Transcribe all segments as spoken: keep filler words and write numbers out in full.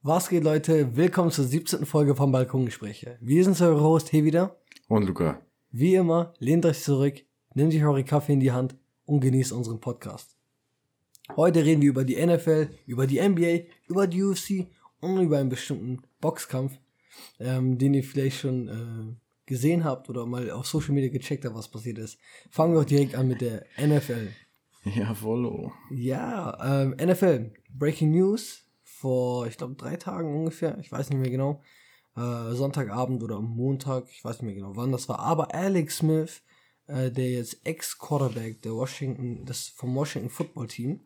Was geht, Leute? Willkommen zur siebzehnten Folge vom Balkongespräche. Wir sind eure Host, hier wieder. Und Luca. Wie immer, lehnt euch zurück, nehmt euch eure Kaffee in die Hand und genießt unseren Podcast. Heute reden wir über die N F L, über die N B A, über die U F C und über einen bestimmten Boxkampf, ähm, den ihr vielleicht schon äh, gesehen habt oder mal auf Social Media gecheckt habt, was passiert ist. Fangen wir auch direkt an mit der N F L. Jawollo. Ja, ähm, N F L, Breaking News vor, ich glaube, drei Tagen ungefähr, ich weiß nicht mehr genau, äh, Sonntagabend oder Montag, ich weiß nicht mehr genau, wann das war, aber Alex Smith, äh, der jetzt Ex-Quarterback der Washington, das vom Washington Football Team,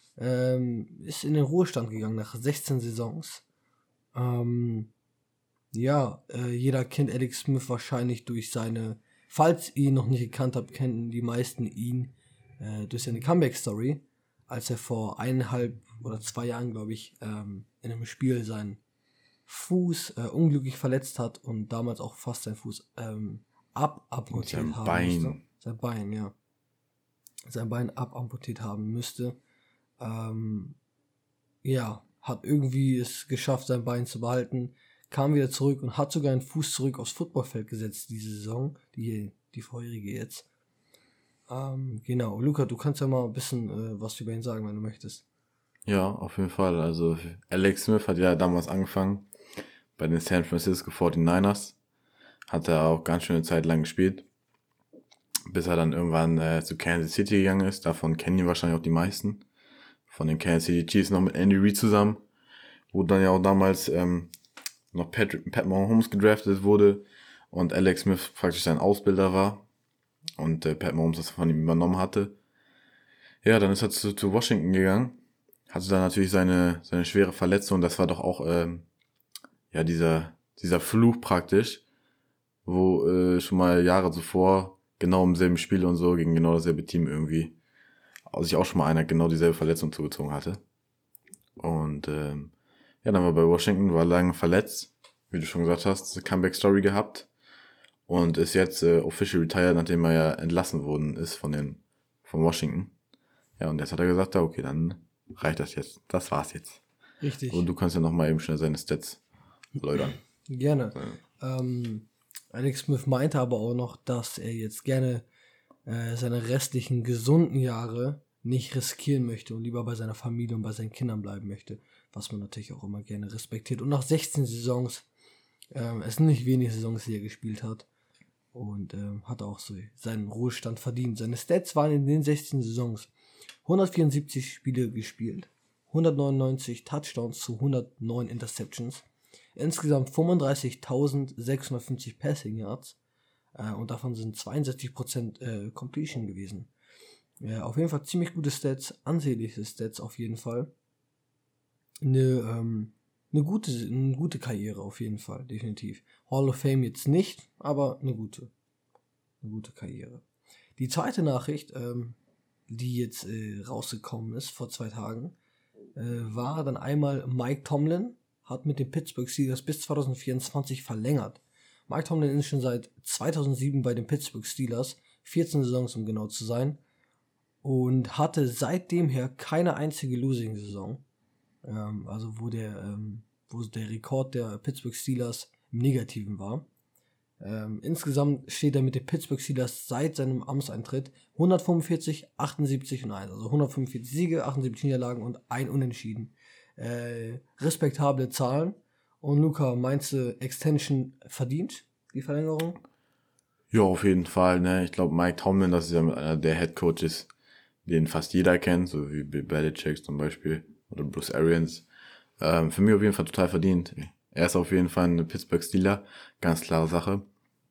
ähm, ist in den Ruhestand gegangen nach sechzehn Saisons. Ähm, ja, äh, jeder kennt Alex Smith wahrscheinlich durch seine, falls ihr ihn noch nicht gekannt habt, kennen die meisten ihn äh, durch seine Comeback-Story, als er vor eineinhalb oder zwei Jahren, glaube ich, ähm, in einem Spiel seinen Fuß äh, unglücklich verletzt hat und damals auch fast seinen Fuß ähm, abamputiert sein haben Bein. müsste. Sein Bein, ja. Sein Bein abamputiert haben müsste. Ähm, ja, hat irgendwie es geschafft, sein Bein zu behalten, kam wieder zurück und hat sogar einen Fuß zurück aufs Footballfeld gesetzt, diese Saison, die, die vorherige jetzt. Ähm, genau, Luca, du kannst ja mal ein bisschen äh, was über ihn sagen, wenn du möchtest. Ja, auf jeden Fall. Also Alex Smith hat ja damals angefangen bei den San Francisco forty-niners. Hat er auch ganz schöne Zeit lang gespielt. Bis er dann irgendwann äh, zu Kansas City gegangen ist. Davon kennen ihn wahrscheinlich auch die meisten. Von den Kansas City Chiefs noch mit Andy Reid zusammen. Wo dann ja auch damals ähm, noch Patrick, Pat Mahomes gedraftet wurde. Und Alex Smith praktisch sein Ausbilder war. Und äh, Pat Mahomes das von ihm übernommen hatte. Ja, dann ist er zu, zu Washington gegangen. Hatte dann natürlich seine seine schwere Verletzung. Das war doch auch ähm, ja dieser dieser Fluch praktisch, wo äh, schon mal Jahre zuvor genau im selben Spiel und so gegen genau dasselbe Team irgendwie sich auch schon mal einer genau dieselbe Verletzung zugezogen hatte. Und ähm, ja, dann war bei Washington, war lange verletzt, wie du schon gesagt hast, eine Comeback-Story gehabt und ist jetzt äh, official retired, nachdem er ja entlassen worden ist von den von Washington. Ja, und jetzt hat er gesagt, ja, okay, dann reicht das jetzt. Das war's jetzt. Richtig. Und du kannst ja nochmal eben schnell seine Stats läutern. Gerne. Ähm, Alex Smith meinte aber auch noch, dass er jetzt gerne äh, seine restlichen gesunden Jahre nicht riskieren möchte und lieber bei seiner Familie und bei seinen Kindern bleiben möchte, was man natürlich auch immer gerne respektiert. Und nach sechzehn Saisons, ähm, es sind nicht wenige Saisons, die er gespielt hat, und ähm, hat auch so seinen Ruhestand verdient. Seine Stats waren in den sechzehn Saisons hundertvierundsiebzig Spiele gespielt, hundertneunundneunzig Touchdowns zu hundertneun Interceptions, insgesamt fünfunddreißigtausendsechshundertfünfzig Passing Yards äh, und davon sind zweiundsechzig Prozent äh, Completion gewesen. Ja, auf jeden Fall ziemlich gute Stats, ansehnliche Stats auf jeden Fall. Eine, ähm, eine, gute, eine gute Karriere auf jeden Fall, definitiv. Hall of Fame jetzt nicht, aber eine gute, eine gute Karriere. Die zweite Nachricht, ähm, die jetzt äh, rausgekommen ist vor zwei Tagen, äh, war dann einmal Mike Tomlin hat mit den Pittsburgh Steelers bis zwanzig vierundzwanzig verlängert. Mike Tomlin ist schon seit zweitausendsieben bei den Pittsburgh Steelers, vierzehn Saisons um genau zu sein, und hatte seitdem her keine einzige Losing-Saison. Ähm, also wo der, ähm, wo der Rekord der Pittsburgh Steelers im Negativen war. Ähm, insgesamt steht er mit den Pittsburgh Steelers seit seinem Amtseintritt hundertfünfundvierzig, achtundsiebzig und eins. Also hundertfünfundvierzig Siege, achtundsiebzig Niederlagen und ein Unentschieden. Äh, respektable Zahlen. Und Luca, meinst du, Extension verdient, die Verlängerung? Ja, auf jeden Fall, ne. Ich glaube, Mike Tomlin, das ist ja einer der Head Coaches, den fast jeder kennt, so wie Bill Belichick zum Beispiel oder Bruce Arians. Ähm, für mich auf jeden Fall total verdient. Er ist auf jeden Fall ein Pittsburgh Steeler, ganz klare Sache.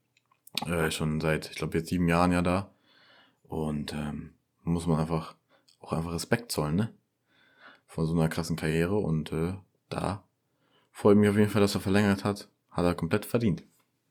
Äh, schon seit, ich glaube, jetzt sieben Jahren ja da. Und ähm, muss man einfach auch einfach Respekt zollen, ne? Von so einer krassen Karriere. Und äh, da freue ich mich auf jeden Fall, dass er verlängert hat. Hat er komplett verdient.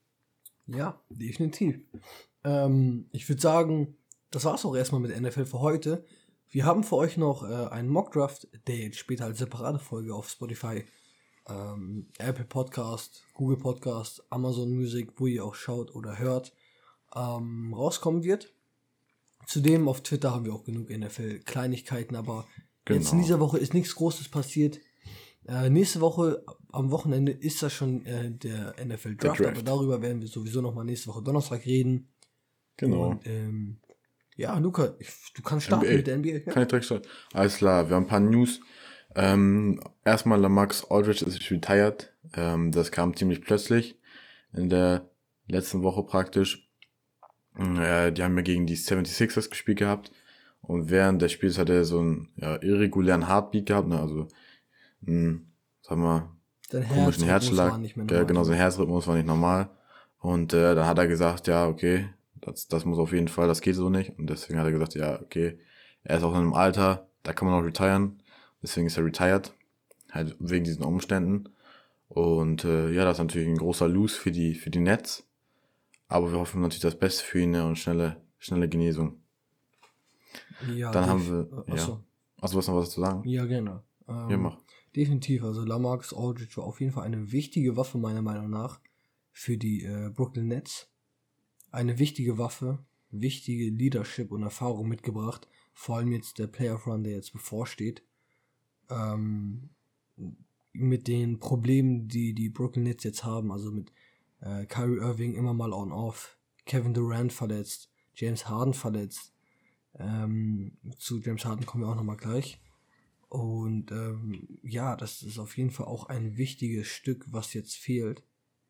Ja, definitiv. Ähm, ich würde sagen, das war's auch erstmal mit N F L für heute. Wir haben für euch noch äh, einen Mockdraft, der jetzt später als separate Folge auf Spotify, ähm, Apple Podcast, Google Podcast, Amazon Music, wo ihr auch schaut oder hört, ähm, rauskommen wird. Zudem auf Twitter haben wir auch genug N F L-Kleinigkeiten, aber Genau. jetzt in dieser Woche ist nichts Großes passiert. Äh, nächste Woche am Wochenende ist das schon äh, der N F L Draft, Draft. aber darüber werden wir sowieso nochmal nächste Woche Donnerstag reden. Genau. Und, ähm, ja, Luca, ich, du kannst starten N B A. mit der N B A. Ja? Kann ich direkt starten? Alles klar, wir haben ein paar News. Ähm, erstmal, LaMarcus Aldridge ist retired. Ähm, das kam ziemlich plötzlich in der letzten Woche praktisch. Äh, die haben ja gegen die seventy-sixers gespielt gehabt. Und während des Spiels hat er so einen ja, irregulären Heartbeat gehabt. Ne? Also, einen, sagen wir, Dein komischen Herzschlag. war nicht mehr Ja, normal. genau, sein Herzrhythmus war nicht normal. Und äh, dann hat er gesagt, ja, okay, das, das muss auf jeden Fall, das geht so nicht. Und deswegen hat er gesagt, ja, okay, er ist auch in einem Alter, da kann man auch retiren. Deswegen ist er retired, halt wegen diesen Umständen. Und äh, ja, das ist natürlich ein großer Lose für die für die Nets. Aber wir hoffen natürlich das Beste für ihn, ne, und schnelle schnelle Genesung. Ja, Dann def- haben wir, äh, achso. ja. Achso, was noch was zu sagen? Ja, gerne. Ähm, Ja, mach. Definitiv, also LaMarcus Aldridge war auf jeden Fall eine wichtige Waffe, meiner Meinung nach, für die äh, Brooklyn Nets. Eine wichtige Waffe, wichtige Leadership und Erfahrung mitgebracht, vor allem jetzt der Playoff-Run, der jetzt bevorsteht. Ähm, mit den Problemen, die die Brooklyn Nets jetzt haben, also mit äh, Kyrie Irving immer mal on-off, Kevin Durant verletzt, James Harden verletzt. Ähm, zu James Harden kommen wir auch nochmal gleich. Und ähm, ja, das ist auf jeden Fall auch ein wichtiges Stück, was jetzt fehlt.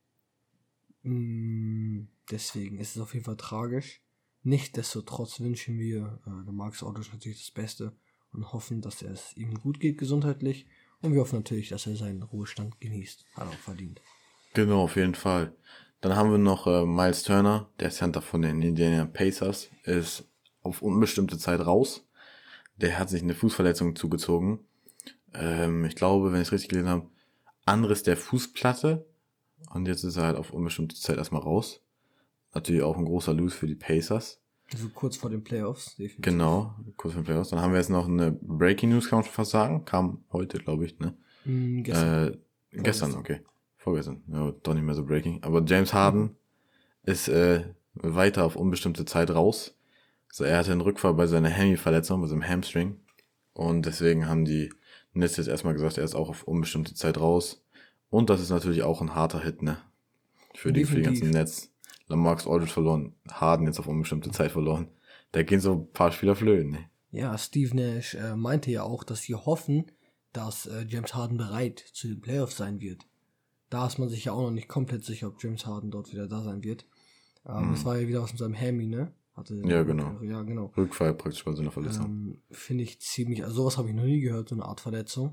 Mm, deswegen ist es auf jeden Fall tragisch. Nichtsdestotrotz wünschen wir äh, LaMarcus Aldridge natürlich das Beste und hoffen, dass es ihm gut geht gesundheitlich. Und wir hoffen natürlich, dass er seinen Ruhestand genießt. Hat er auch verdient. Genau, auf jeden Fall. Dann haben wir noch äh, Miles Turner, der Center von den Indiana Pacers, ist auf unbestimmte Zeit raus. Der hat sich eine Fußverletzung zugezogen. Ähm, ich glaube, wenn ich es richtig gelesen habe, Anriss der Fußplatte. Und jetzt ist er halt auf unbestimmte Zeit erstmal raus. Natürlich auch ein großer Lose für die Pacers. Also kurz vor den Playoffs, definitiv. Genau, kurz vor den Playoffs. Dann haben wir jetzt noch eine Breaking News, kann man schon fast sagen. Kam heute, glaube ich, ne? Mm, gestern. Äh, gestern, okay. Vorgestern. Ja, doch nicht mehr so Breaking. Aber James Harden mhm. ist äh, weiter auf unbestimmte Zeit raus. So, er hatte einen Rückfall bei seiner Hemi-Verletzung, bei seinem Hamstring. Und deswegen haben die Nets jetzt erstmal gesagt, er ist auch auf unbestimmte Zeit raus. Und das ist natürlich auch ein harter Hit, ne? Für die, für die ganzen Nets. LaMarcus Aldridge verloren, Harden jetzt auf unbestimmte Zeit verloren. Da gehen so ein paar Spieler flöten, ne? Ja, Steve Nash äh, meinte ja auch, dass sie hoffen, dass äh, James Harden bereit zu den Playoffs sein wird. Da ist man sich ja auch noch nicht komplett sicher, ob James Harden dort wieder da sein wird. Ähm, Es hm. war ja wieder was mit seinem Hammy, ne? Hatte ja, genau. Rück- ja, genau. Rückfall praktisch bei so einer Verletzung. Ähm, Finde ich ziemlich, also sowas habe ich noch nie gehört, so eine Art Verletzung.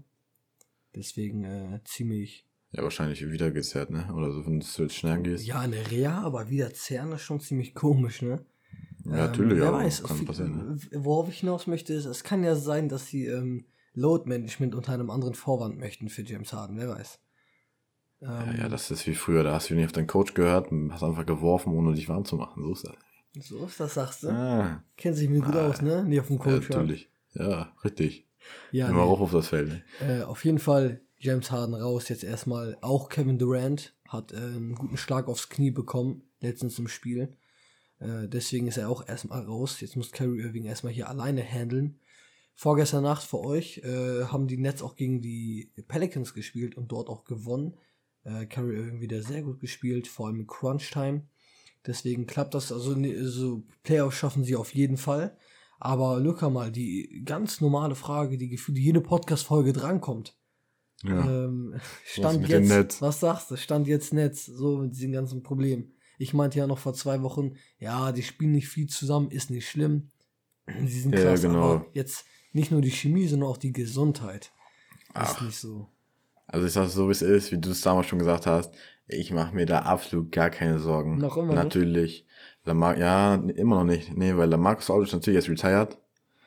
Deswegen äh, ziemlich... Ja, wahrscheinlich wieder gezerrt, ne? Oder so, wenn du jetzt schnell gehst. Ja, eine Reha, aber wieder zerren ist schon ziemlich komisch, ne? Ja, ähm, natürlich, wer ja. weiß, Kann viel, passieren, ne? worauf ich hinaus möchte, ist, es kann ja sein, dass sie ähm, Load Management unter einem anderen Vorwand möchten für James Harden, wer weiß. Ähm, ja, ja, das ist wie früher, da hast du nicht auf deinen Coach gehört und hast einfach geworfen, ohne dich warm zu machen. So ist das. So ist das, sagst du? Ah. Kennt sich mir gut ah. aus, ne? Nie auf dem Coach. Ja, natürlich. Ja, ja richtig. Ja, immer nee. rauf auf das Feld, ne? Äh, auf jeden Fall James Harden raus, jetzt erstmal. Auch Kevin Durant hat äh, einen guten Schlag aufs Knie bekommen, letztens im Spiel. Äh, deswegen ist er auch erstmal raus. Jetzt muss Kyrie Irving erstmal hier alleine handeln. Vorgestern Nacht für euch äh, haben die Nets auch gegen die Pelicans gespielt und dort auch gewonnen. Äh, Kyrie Irving wieder sehr gut gespielt, vor allem in Crunch Time. Deswegen klappt das, also so Playoffs schaffen sie auf jeden Fall. Aber Luca, mal die ganz normale Frage, die gefühlt jede Podcast-Folge drankommt. Ja. Ähm, Stand was jetzt, was sagst du? Stand jetzt Netz, so mit diesen ganzen Problemen. Ich meinte ja noch vor zwei Wochen, ja, die spielen nicht viel zusammen, ist nicht schlimm. Sie sind krass, ja, genau. aber jetzt nicht nur die Chemie, sondern auch die Gesundheit Ach. ist nicht so. Also ich sag so, wie es ist, wie du es damals schon gesagt hast, ich mache mir da absolut gar keine Sorgen. Noch immer Natürlich. Lamar- ja, immer noch nicht. Nee, weil LaMarcus Aldridge natürlich jetzt retired.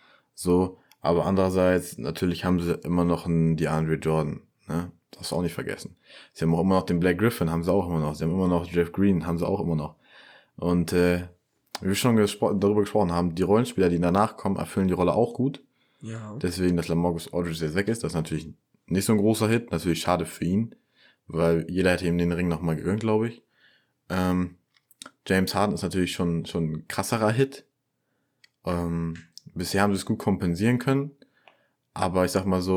So, aber andererseits, natürlich haben sie immer noch einen DeAndre Jordan. Ne? Das hast du auch nicht vergessen. Sie haben auch immer noch den Black Griffin, haben sie auch immer noch. Sie haben immer noch Jeff Green, haben sie auch immer noch. Und äh, wie wir schon gespro- darüber gesprochen haben, die Rollenspieler, die danach kommen, erfüllen die Rolle auch gut. Ja. Deswegen, dass LaMarcus Aldridge jetzt weg ist, das ist natürlich nicht so ein großer Hit. Natürlich schade für ihn, weil jeder hätte ihm den Ring nochmal gegönnt, glaube ich. Ähm, James Harden ist natürlich schon, schon ein krasserer Hit. Ähm, bisher haben sie es gut kompensieren können. Aber ich sag mal so,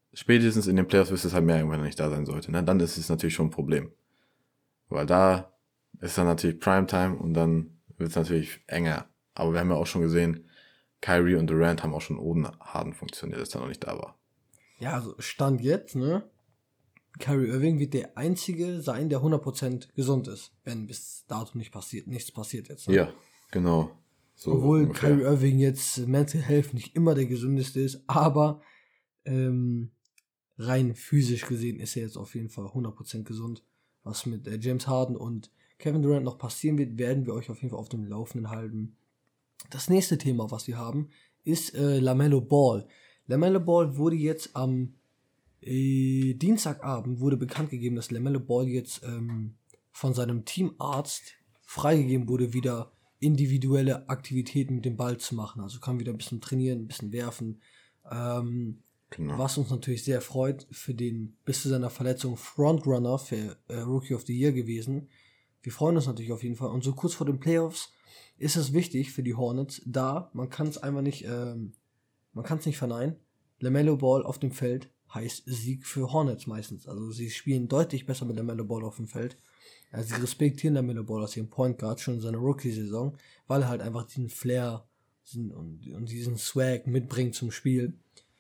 spätestens in den Playoffs wirst du halt mehr irgendwann nicht da sein sollte, ne? Dann ist es natürlich schon ein Problem. Weil da ist dann natürlich Primetime und dann wird es natürlich enger. Aber wir haben ja auch schon gesehen, Kyrie und Durant haben auch schon ohne Harden funktioniert, als er noch nicht da war. Ja, also Stand jetzt, ne? Kyrie Irving wird der Einzige sein, der hundert Prozent gesund ist, wenn bis dato nicht passiert, nichts passiert jetzt. Ne? Ja, genau. So Obwohl ungefähr. Kyrie Irving jetzt Mental Health nicht immer der gesündeste ist, aber ähm, rein physisch gesehen ist er jetzt auf jeden Fall hundert Prozent gesund. Was mit äh, James Harden und Kevin Durant noch passieren wird, werden wir euch auf jeden Fall auf dem Laufenden halten. Das nächste Thema, was wir haben, ist äh, LaMelo Ball. LaMelo Ball wurde jetzt am äh, Dienstagabend wurde bekannt gegeben, dass LaMelo Ball jetzt ähm, von seinem Teamarzt freigegeben wurde, wieder individuelle Aktivitäten mit dem Ball zu machen. Also kann wieder ein bisschen trainieren, ein bisschen werfen. Ähm, Genau. Was uns natürlich sehr freut, für den bis zu seiner Verletzung Frontrunner für äh, Rookie of the Year gewesen. Wir freuen uns natürlich auf jeden Fall. Und so kurz vor den Playoffs ist es wichtig für die Hornets, da man kann es einfach nicht, ähm, man kann es nicht verneinen. LaMelo Ball auf dem Feld heißt Sieg für Hornets meistens. Also sie spielen deutlich besser mit LaMelo Ball auf dem Feld. Also sie respektieren LaMelo Ball als ihren Point Guard schon in seiner Rookie-Saison, weil er halt einfach diesen Flair diesen, und, und diesen Swag mitbringt zum Spiel.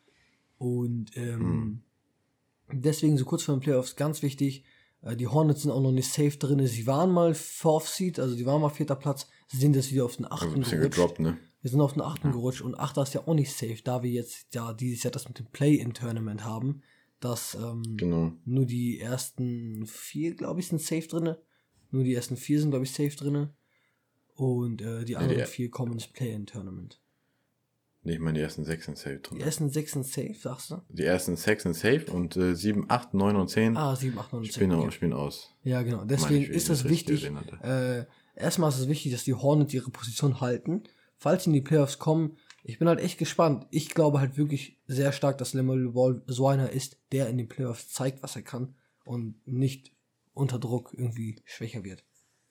Und ähm, hm. deswegen so kurz vor den Playoffs ganz wichtig, äh, die Hornets sind auch noch nicht safe drin. Sie waren mal Fourth Seed, also die waren mal vierter Platz, sie sind jetzt wieder auf den achten ein bisschen gerutscht. gedroppt, ne? Wir sind auf den achten Ja. gerutscht und achter ist ja auch nicht safe, da wir jetzt ja dieses Jahr das mit dem Play-In-Tournament haben, dass ähm, Genau. nur die ersten vier, glaube ich, sind safe drin. Nur die ersten vier sind, glaube ich, safe drin. Und äh, die anderen die- vier kommen ins Play-In-Tournament. Nee, ich meine, die ersten sechs sind safe Die drin. ersten sechs sind safe, sagst du? Die ersten sechs sind safe und äh, sieben, acht, neun und zehn Ah, sieben, acht, neun, spielen, zehn. au- Okay. spielen aus. Ja, genau. Meine Deswegen ich, wie ich ist das es richtig wichtig. gesehen hatte. Äh, erstmal ist es wichtig, dass die Hornets ihre Position halten. Falls sie in die Playoffs kommen, ich bin halt echt gespannt. Ich glaube halt wirklich sehr stark, dass LaMelo Ball so einer ist, der in den Playoffs zeigt, was er kann und nicht unter Druck irgendwie schwächer wird.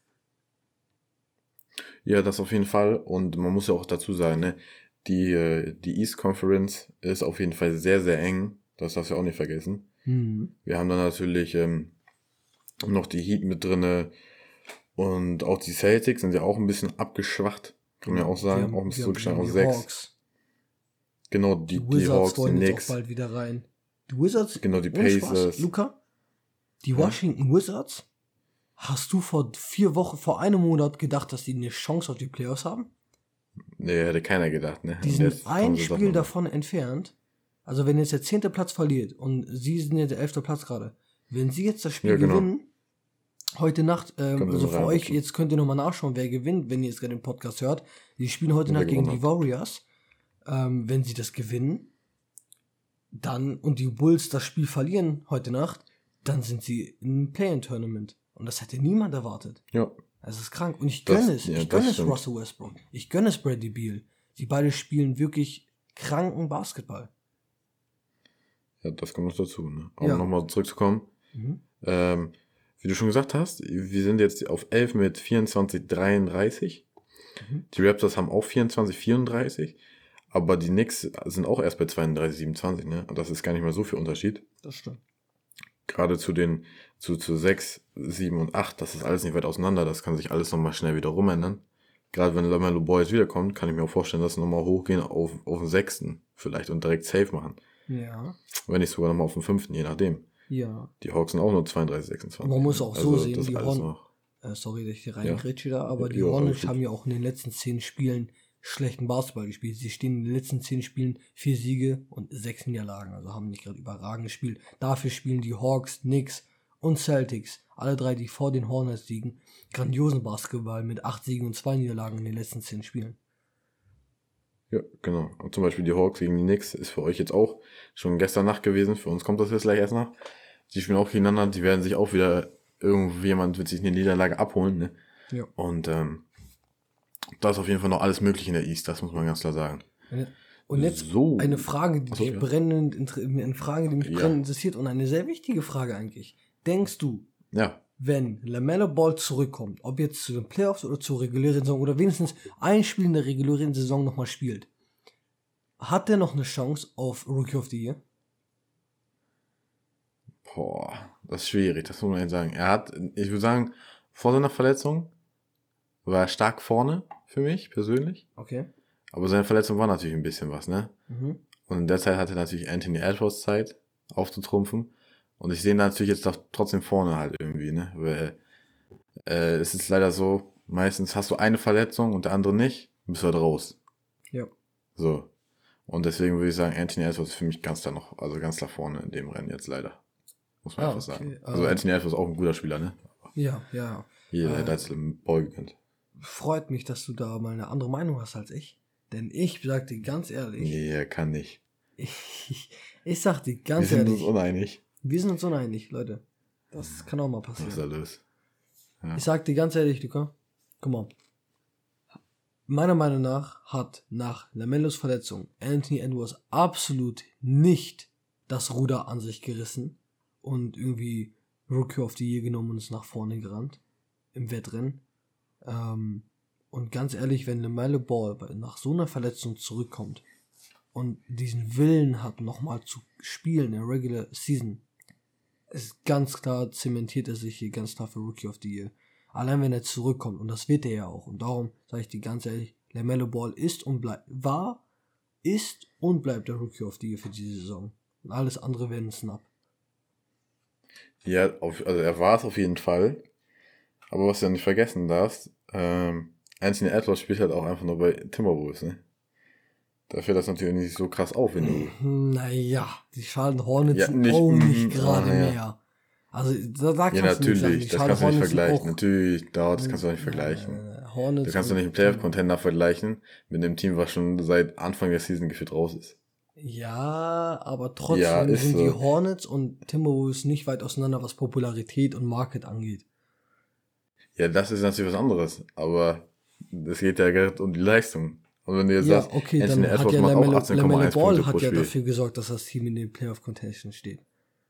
Ja, das auf jeden Fall. Und man muss ja auch dazu sagen, ne, die, äh, die East Conference ist auf jeden Fall sehr, sehr eng. Das darfst du auch nicht vergessen. Mhm. Wir haben dann natürlich ähm, noch die Heat mit drinne und auch die Celtics sind ja auch ein bisschen abgeschwacht, kann man ja auch sagen. Wir haben- auch ein wir bisschen haben- zurückgestanden wir auf haben die sechs. Hawks. Genau, die, Die die, Wizards Hawks, die wollen jetzt Knicks. auch bald wieder rein. Die Wizards, Genau, die ohne Spaß, Pacers. Luca, die Ja. Washington Wizards, hast du vor vier Wochen, vor einem Monat gedacht, dass die eine Chance auf die Playoffs haben? Nee, hätte keiner gedacht, ne? Die Und sind jetzt ein kommen sie doch Spiel noch. davon entfernt. Also wenn jetzt der zehnte Platz verliert und sie sind jetzt der elfte Platz gerade, wenn sie jetzt das Spiel Ja, genau. gewinnen, heute Nacht, ähm, Können sie also so für euch, reinrutschen. jetzt könnt ihr nochmal nachschauen, wer gewinnt, wenn ihr jetzt gerade den Podcast hört. Die spielen heute Wer Nacht gegen gewonnen die Warriors. Ähm, wenn sie das gewinnen, dann und die Bulls das Spiel verlieren heute Nacht, dann sind sie im Play-In-Tournament. Und das hätte niemand erwartet. Ja, Es ist krank. Und ich Das- gönne es. ja, ich das gönne es stimmt. Russell Westbrook. Ich gönne es Bradley Beal. Die beide spielen wirklich kranken Basketball. ja, das kommt noch dazu, ne? Um Ja. nochmal zurückzukommen. Mhm. Ähm, wie du schon gesagt hast, wir sind jetzt auf elf mit vierundzwanzig dreiunddreißig. Mhm. Die Raptors haben auch vierundzwanzig vierunddreißig. Aber die Knicks sind auch erst bei zweiunddreißig siebenundzwanzig, ne? Und das ist gar nicht mal so viel Unterschied. Das stimmt. Gerade zu den, zu, zu sechs, sieben und acht, das ist alles nicht weit auseinander. Das kann sich alles nochmal schnell wieder rumändern. Gerade wenn LaMelo Ball jetzt wiederkommt, kann ich mir auch vorstellen, dass sie nochmal hochgehen auf, auf den sechsten vielleicht und direkt safe machen. Ja. Wenn nicht sogar nochmal auf den fünften, je nachdem. Ja. Die Hawks sind auch nur zweiunddreißig sechsundzwanzig. Man muss auch so sehen, das die alles Horn- noch. Äh, sorry, dass ich hier Ja. reingrätsche da, aber die Ja, alles Hornets gut. haben ja auch in den letzten zehn Spielen schlechten Basketball gespielt. Sie stehen in den letzten zehn Spielen vier Siege und sechs Niederlagen. Also haben nicht gerade überragend gespielt. Dafür spielen die Hawks, Knicks und Celtics, alle drei, die vor den Hornets liegen, grandiosen Basketball mit acht Siegen und zwei Niederlagen in den letzten zehn Spielen. Ja, genau. Und zum Beispiel die Hawks gegen die Knicks ist für euch jetzt auch schon gestern Nacht gewesen. Für uns kommt das jetzt gleich erst nach. Die spielen auch gegeneinander. Die werden sich auch wieder, irgendjemand wird sich eine Niederlage abholen, ne? Ja. Und ähm, da ist auf jeden Fall noch alles möglich in der East, das muss man ganz klar sagen. Und jetzt So. eine Frage, die Ach so, mich ja. brennend, inter- eine Frage, die mich Ja. brennend interessiert und eine sehr wichtige Frage eigentlich. Denkst du, Ja, wenn LaMelo Ball zurückkommt, ob jetzt zu den Playoffs oder zur regulären Saison oder wenigstens ein Spiel in der regulären Saison nochmal spielt, hat er noch eine Chance auf Rookie of the Year? Boah, das ist schwierig, das muss man jetzt sagen. Er hat, ich würde sagen, vor seiner Verletzung war er stark vorne für mich persönlich. Okay. Aber seine Verletzung war natürlich ein bisschen was, ne? Mhm. Und in der Zeit hatte natürlich Anthony Edwards Zeit aufzutrumpfen. Und ich sehe ihn natürlich jetzt doch trotzdem vorne halt irgendwie, ne? Weil äh, es ist leider so, meistens hast du eine Verletzung und der andere nicht, bist du halt raus. Ja. So. Und deswegen würde ich sagen, Anthony Edwards ist für mich ganz da noch, also ganz da vorne in dem Rennen jetzt leider. Muss man Ah, einfach okay. sagen. Also Äh, Anthony Edwards ist auch ein guter Spieler, ne? Ja, ja. Jeder Äh, hätte als Ball gegönnt. Freut mich, dass du da mal eine andere Meinung hast als ich. Denn ich sag dir ganz ehrlich, Nee, er kann nicht. ich, ich sag dir Wir ganz sind ehrlich, uns uneinig. wir sind uns uneinig, Leute. Das kann auch mal Was ist da passieren. los? Ja. Ich sag dir ganz ehrlich, Luca, guck mal. Meiner Meinung nach hat nach Lamellos Verletzung Anthony Edwards absolut nicht das Ruder an sich gerissen und irgendwie Rookie of the Year genommen und ist nach vorne gerannt im Wettrennen. Ähm, und ganz ehrlich, wenn LaMelo Ball bei- nach so einer Verletzung zurückkommt und diesen Willen hat, nochmal zu spielen in der Regular Season, ist ganz klar, zementiert er sich hier ganz klar für Rookie of the Year. Allein wenn er zurückkommt, und das wird er ja auch. Und darum sage ich dir ganz ehrlich, LaMelo Ball ist und bleibt, war, ist und bleibt der Rookie of the Year für diese Saison. Und alles andere werden Snap. Ja, auf, also er war es auf jeden Fall. Aber was du ja nicht vergessen darfst, ähm, Anthony Edwards spielt halt auch einfach nur bei Timberwolves, ne? Da fällt das natürlich nicht so krass auf, wenn du... Naja, die Charlotte Hornets Ja, sind nicht- auch mhm, nicht gerade ah, ja. mehr. Also da, da Ja, kannst du nicht sagen, natürlich, die das Charlotte kannst du nicht Hornets sind vergleichen. auch- Natürlich, da, das kannst du nicht vergleichen. Äh, Hornets Du kannst doch und- nicht einen Playoff-Contender vergleichen mit einem Team, was schon seit Anfang der Season gefühlt raus ist. Ja, aber trotzdem Ja, ist sind die so. Hornets und Timberwolves nicht weit auseinander, was Popularität und Market angeht. Ja, das ist natürlich was anderes, aber es geht ja gerade um die Leistung. Und wenn du jetzt Ja, sagst, okay, Anthony dann hat Edwards ja macht auch LaMelo, achtzehn Komma LaMelo eins Ball Punkte hat pro ja Spiel. dafür gesorgt, dass das Team in den Playoff Contention steht.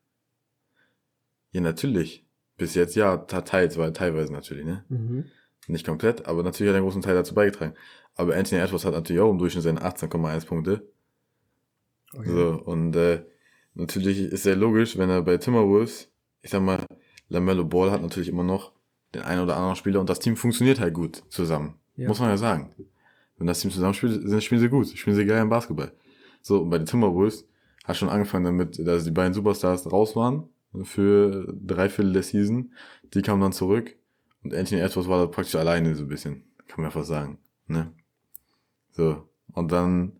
Ja, natürlich. Bis jetzt ja, te- teils, weil teilweise natürlich, ne? Mhm. Nicht komplett, aber natürlich hat er einen großen Teil dazu beigetragen. Aber Anthony Edwards hat natürlich auch im Durchschnitt seine achtzehn Komma eins Punkte. Okay. So, und äh, natürlich ist sehr logisch, wenn er bei Timberwolves, ich sag mal, LaMelo Ball hat natürlich immer noch den einen oder anderen Spieler und das Team funktioniert halt gut zusammen. Ja. Muss man ja sagen. Wenn das Team zusammen spielt, dann spielen sie gut, spielen sie geil im Basketball. So, und bei den Timberwolves hat schon angefangen damit, dass die beiden Superstars raus waren für drei Viertel der Season. Die kamen dann zurück und Anthony Edwards war da praktisch alleine so ein bisschen, kann man ja fast sagen. Ne? So, und dann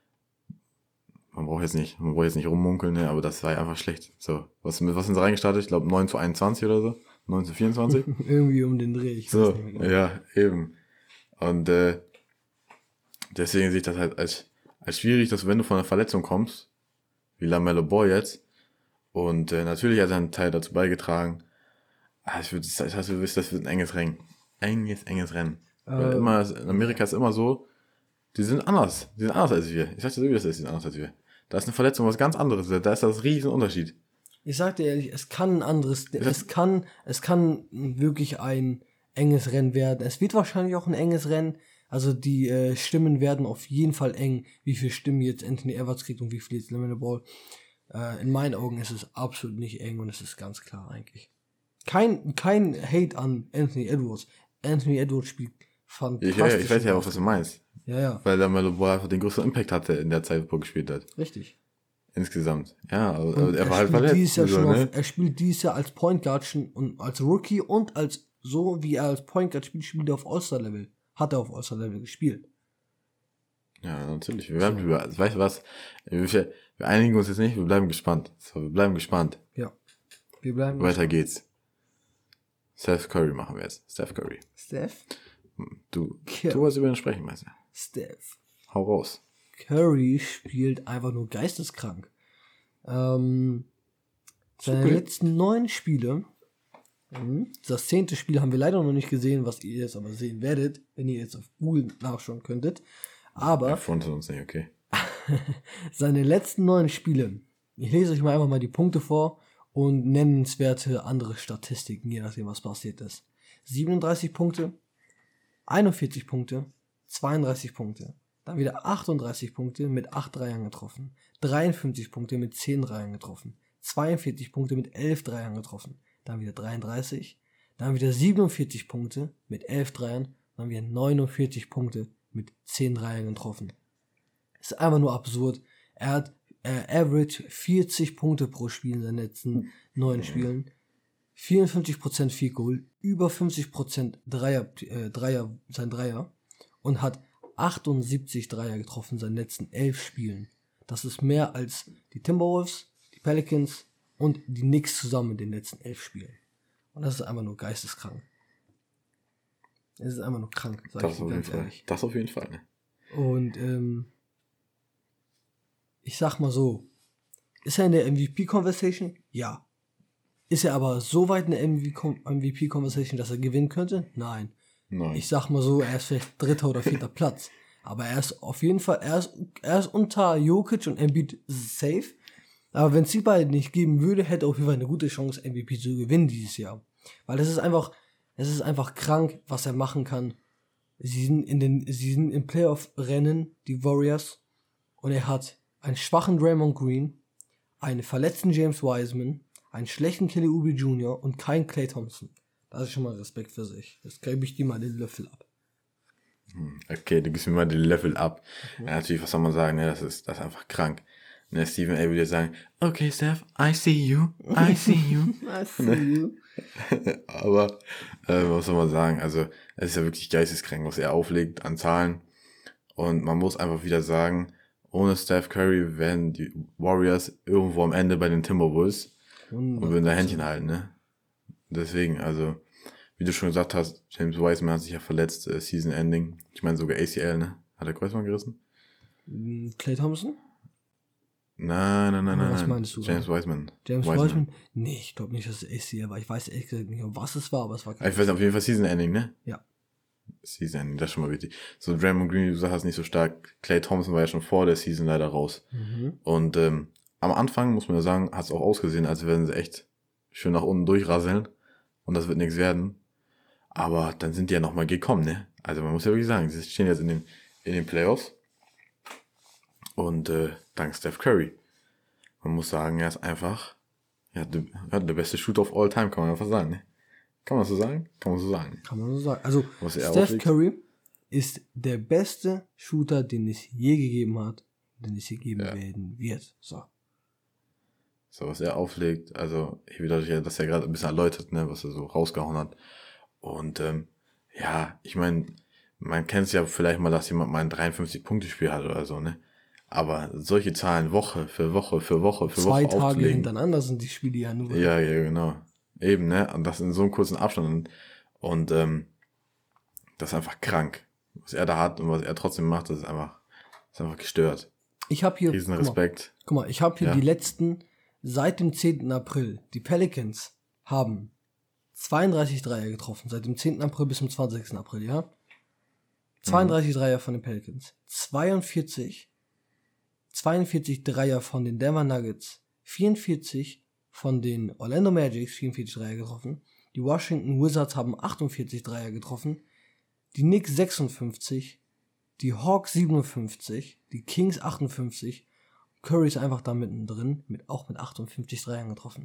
man braucht jetzt nicht, man braucht jetzt nicht rummunkeln, ne, aber das war ja einfach schlecht. So, was, mit was sind sie reingestartet? Ich glaube neun zu einundzwanzig oder so, neun zu vierundzwanzig. Irgendwie um den Dreh. Ich So, weiß nicht mehr genau. ja, eben. Und äh, deswegen sehe ich das halt als, als schwierig, dass wenn du von einer Verletzung kommst, wie LaMelo Ball jetzt, und äh, natürlich hat er einen Teil dazu beigetragen, ah, ich würde, das heißt, du wisst, das wird ein enges Rennen. Enges, enges Rennen. Weil Äh, immer, in Amerika ist immer so, die sind anders, die sind anders als wir. Ich sag dir so, wie das ist, die sind anders als wir. Da ist eine Verletzung was ganz anderes, da ist das riesen Unterschied. Ich sag dir ehrlich, es kann ein anderes, sag- es kann, es kann wirklich ein enges Rennen werden. Es wird wahrscheinlich auch ein enges Rennen. Also die äh, Stimmen werden auf jeden Fall eng, wie viele Stimmen jetzt Anthony Edwards kriegt und wie viel jetzt LaMelo Ball. Äh, in meinen Augen ist es absolut nicht eng und es ist ganz klar eigentlich. Kein, kein Hate an Anthony Edwards. Anthony Edwards spielt Ich, fantastisch. ja, ich weiß ja auch, was du meinst. Ja, ja, Weil LaMelo Ball einfach den größten Impact hatte in der Zeit, wo er gespielt hat. richtig. Insgesamt. Ja, aber, Und aber er war halt spielt verletzt. dieses Jahr so, schon ne? auf, er spielt dieses Jahr als Point Guard schon und als Rookie und als so wie er als Point Guard spielt, spielt er auf All-Star-Level. Hat er auf All-Star-Level gespielt. Ja, natürlich. Wir werden, wir, weißt du was? Wir, wir einigen uns jetzt nicht, wir bleiben gespannt. So, wir bleiben gespannt. Ja. Wir bleiben. Weiter geht's. Steph Curry machen wir jetzt. Steph Curry. Steph? Du, Ja. du wolltest über ihn sprechen, meinst du? Steph. Hau raus. Curry spielt einfach nur geisteskrank. Ähm, seine Okay. letzten neun Spiele, mhm, das zehnte Spiel haben wir leider noch nicht gesehen, was ihr jetzt aber sehen werdet, wenn ihr jetzt auf Google nachschauen könntet. Aber Er frontet uns nicht, okay. seine letzten neun Spiele, ich lese euch mal einfach mal die Punkte vor und nennenswerte andere Statistiken, je nachdem was passiert ist. siebenunddreißig Punkte, einundvierzig Punkte, zweiunddreißig Punkte, dann wieder achtunddreißig Punkte mit acht Dreiern getroffen, dreiundfünfzig Punkte mit zehn Dreiern getroffen, zweiundvierzig Punkte mit elf Dreiern getroffen. Dann wieder dreiunddreißig. Dann wieder siebenundvierzig Punkte mit elf Dreiern. Dann wieder neunundvierzig Punkte mit zehn Dreiern getroffen. Das ist einfach nur absurd. Er hat äh, average vierzig Punkte pro Spiel in seinen letzten neun Spielen. vierundfünfzig Prozent Field Goal, über fünfzig Prozent Dreier, äh, Dreier, sein Dreier und hat achtundsiebzig Dreier getroffen in seinen letzten elf Spielen. Das ist mehr als die Timberwolves, die Pelicans und die Knicks zusammen in den letzten elf Spielen. Und das ist einfach nur geisteskrank. Es ist einfach nur krank, sag Das ich dir auf jeden ganz Fall. ehrlich. Das auf jeden Fall, ne? Und ähm, ich sag mal so, ist er in der M V P-Conversation? Ja. Ist er aber so weit in der M V P-Conversation, dass er gewinnen könnte? Nein. Nein. Ich sag mal so, er ist vielleicht dritter oder vierter Platz. Aber er ist auf jeden Fall, er ist, er ist unter Jokic und Embiid safe. Aber wenn es die beiden nicht geben würde, hätte er auf jeden Fall eine gute Chance, M V P zu gewinnen dieses Jahr. Weil es ist einfach, es ist einfach krank, was er machen kann. Sie sind in den, sie sind im Playoff-Rennen, die Warriors, und er hat einen schwachen Draymond Green, einen verletzten James Wiseman, einen schlechten Kelly Oubre Junior und keinen Klay Thompson. Das ist schon mal Respekt für sich. Jetzt gebe ich dir mal den Löffel ab. Okay, du gibst mir mal den Level ab. Mhm. Ja, natürlich, was soll man sagen, ne? Das ist, das ist einfach krank. Ne, Stephen A. würde sagen, okay, Steph, I see you, I see you. I see you. Aber, äh, was soll man sagen, also, es ist ja wirklich geisteskrank, was er auflegt an Zahlen. Und man muss einfach wieder sagen, ohne Steph Curry wären die Warriors irgendwo am Ende bei den Timberwolves und würden da Händchen halten, ne? Deswegen, also, wie du schon gesagt hast, James Wiseman hat sich ja verletzt, äh, Season Ending. Ich meine sogar A C L, ne? Hat er Kreuzband gerissen? Klay Thompson? Nein, nein, nein, nein. Was nein. meinst du? James Wiseman. James Wiseman? Wiseman? Nee, ich glaube nicht, dass es A C L war. Ich weiß ehrlich gesagt nicht, was es war, aber es war kein Ich weiß auf jeden Fall Season Ending, ne? Ja. Season Ending, das ist schon mal wichtig. So, Draymond Green, wie du sagst, hast nicht so stark. Klay Thompson war ja schon vor der Season leider raus. Mhm. Und ähm, am Anfang, muss man ja sagen, hat es auch ausgesehen, als würden sie echt schön nach unten durchrasseln. Und das wird nichts werden. Aber dann sind die ja nochmal gekommen, ne? Also man muss ja wirklich sagen, sie stehen jetzt in den, in den Playoffs. Und äh, dank Steph Curry. Man muss sagen, er ist einfach ja, der, ja, der beste Shooter of all time, kann man einfach sagen, ne? Kann man so sagen? Kann man so sagen. Kann man so sagen. Also Steph Curry ist der beste Shooter, den es je gegeben hat, den es je geben ja. werden wird. So. So, was er auflegt, also ich will dadurch, dass er gerade ein bisschen erläutert, ne, was er so rausgehauen hat. Und ähm, ja, ich meine, man kennt es ja vielleicht mal, dass jemand mal ein dreiundfünfzig-Punkte-Spiel hat oder so, ne? Aber solche Zahlen Woche für Woche für Woche für Zwei Woche Tage aufzulegen. hintereinander sind die Spiele ja nur. Ja, ja, genau. Eben, ne? Und das in so einem kurzen Abstand. Und, und ähm, das ist einfach krank. Was er da hat und was er trotzdem macht, das ist einfach, das ist einfach gestört. Ich habe hier, riesen Respekt. Guck mal, guck mal ich habe hier ja. die letzten, seit dem zehnten April, die Pelicans haben zweiunddreißig Dreier getroffen, seit dem zehnten April bis zum zwanzigsten April, ja? zweiunddreißig mhm. Dreier von den Pelicans, zweiundvierzig, zweiundvierzig Dreier von den Denver Nuggets, vierundvierzig von den Orlando Magic, vierundvierzig Dreier getroffen, die Washington Wizards haben achtundvierzig Dreier getroffen, die Knicks sechsundfünfzig, die Hawks siebenundfünfzig, die Kings achtundfünfzig, Curry ist einfach da mittendrin, mit, auch mit achtundfünfzig Dreiern getroffen.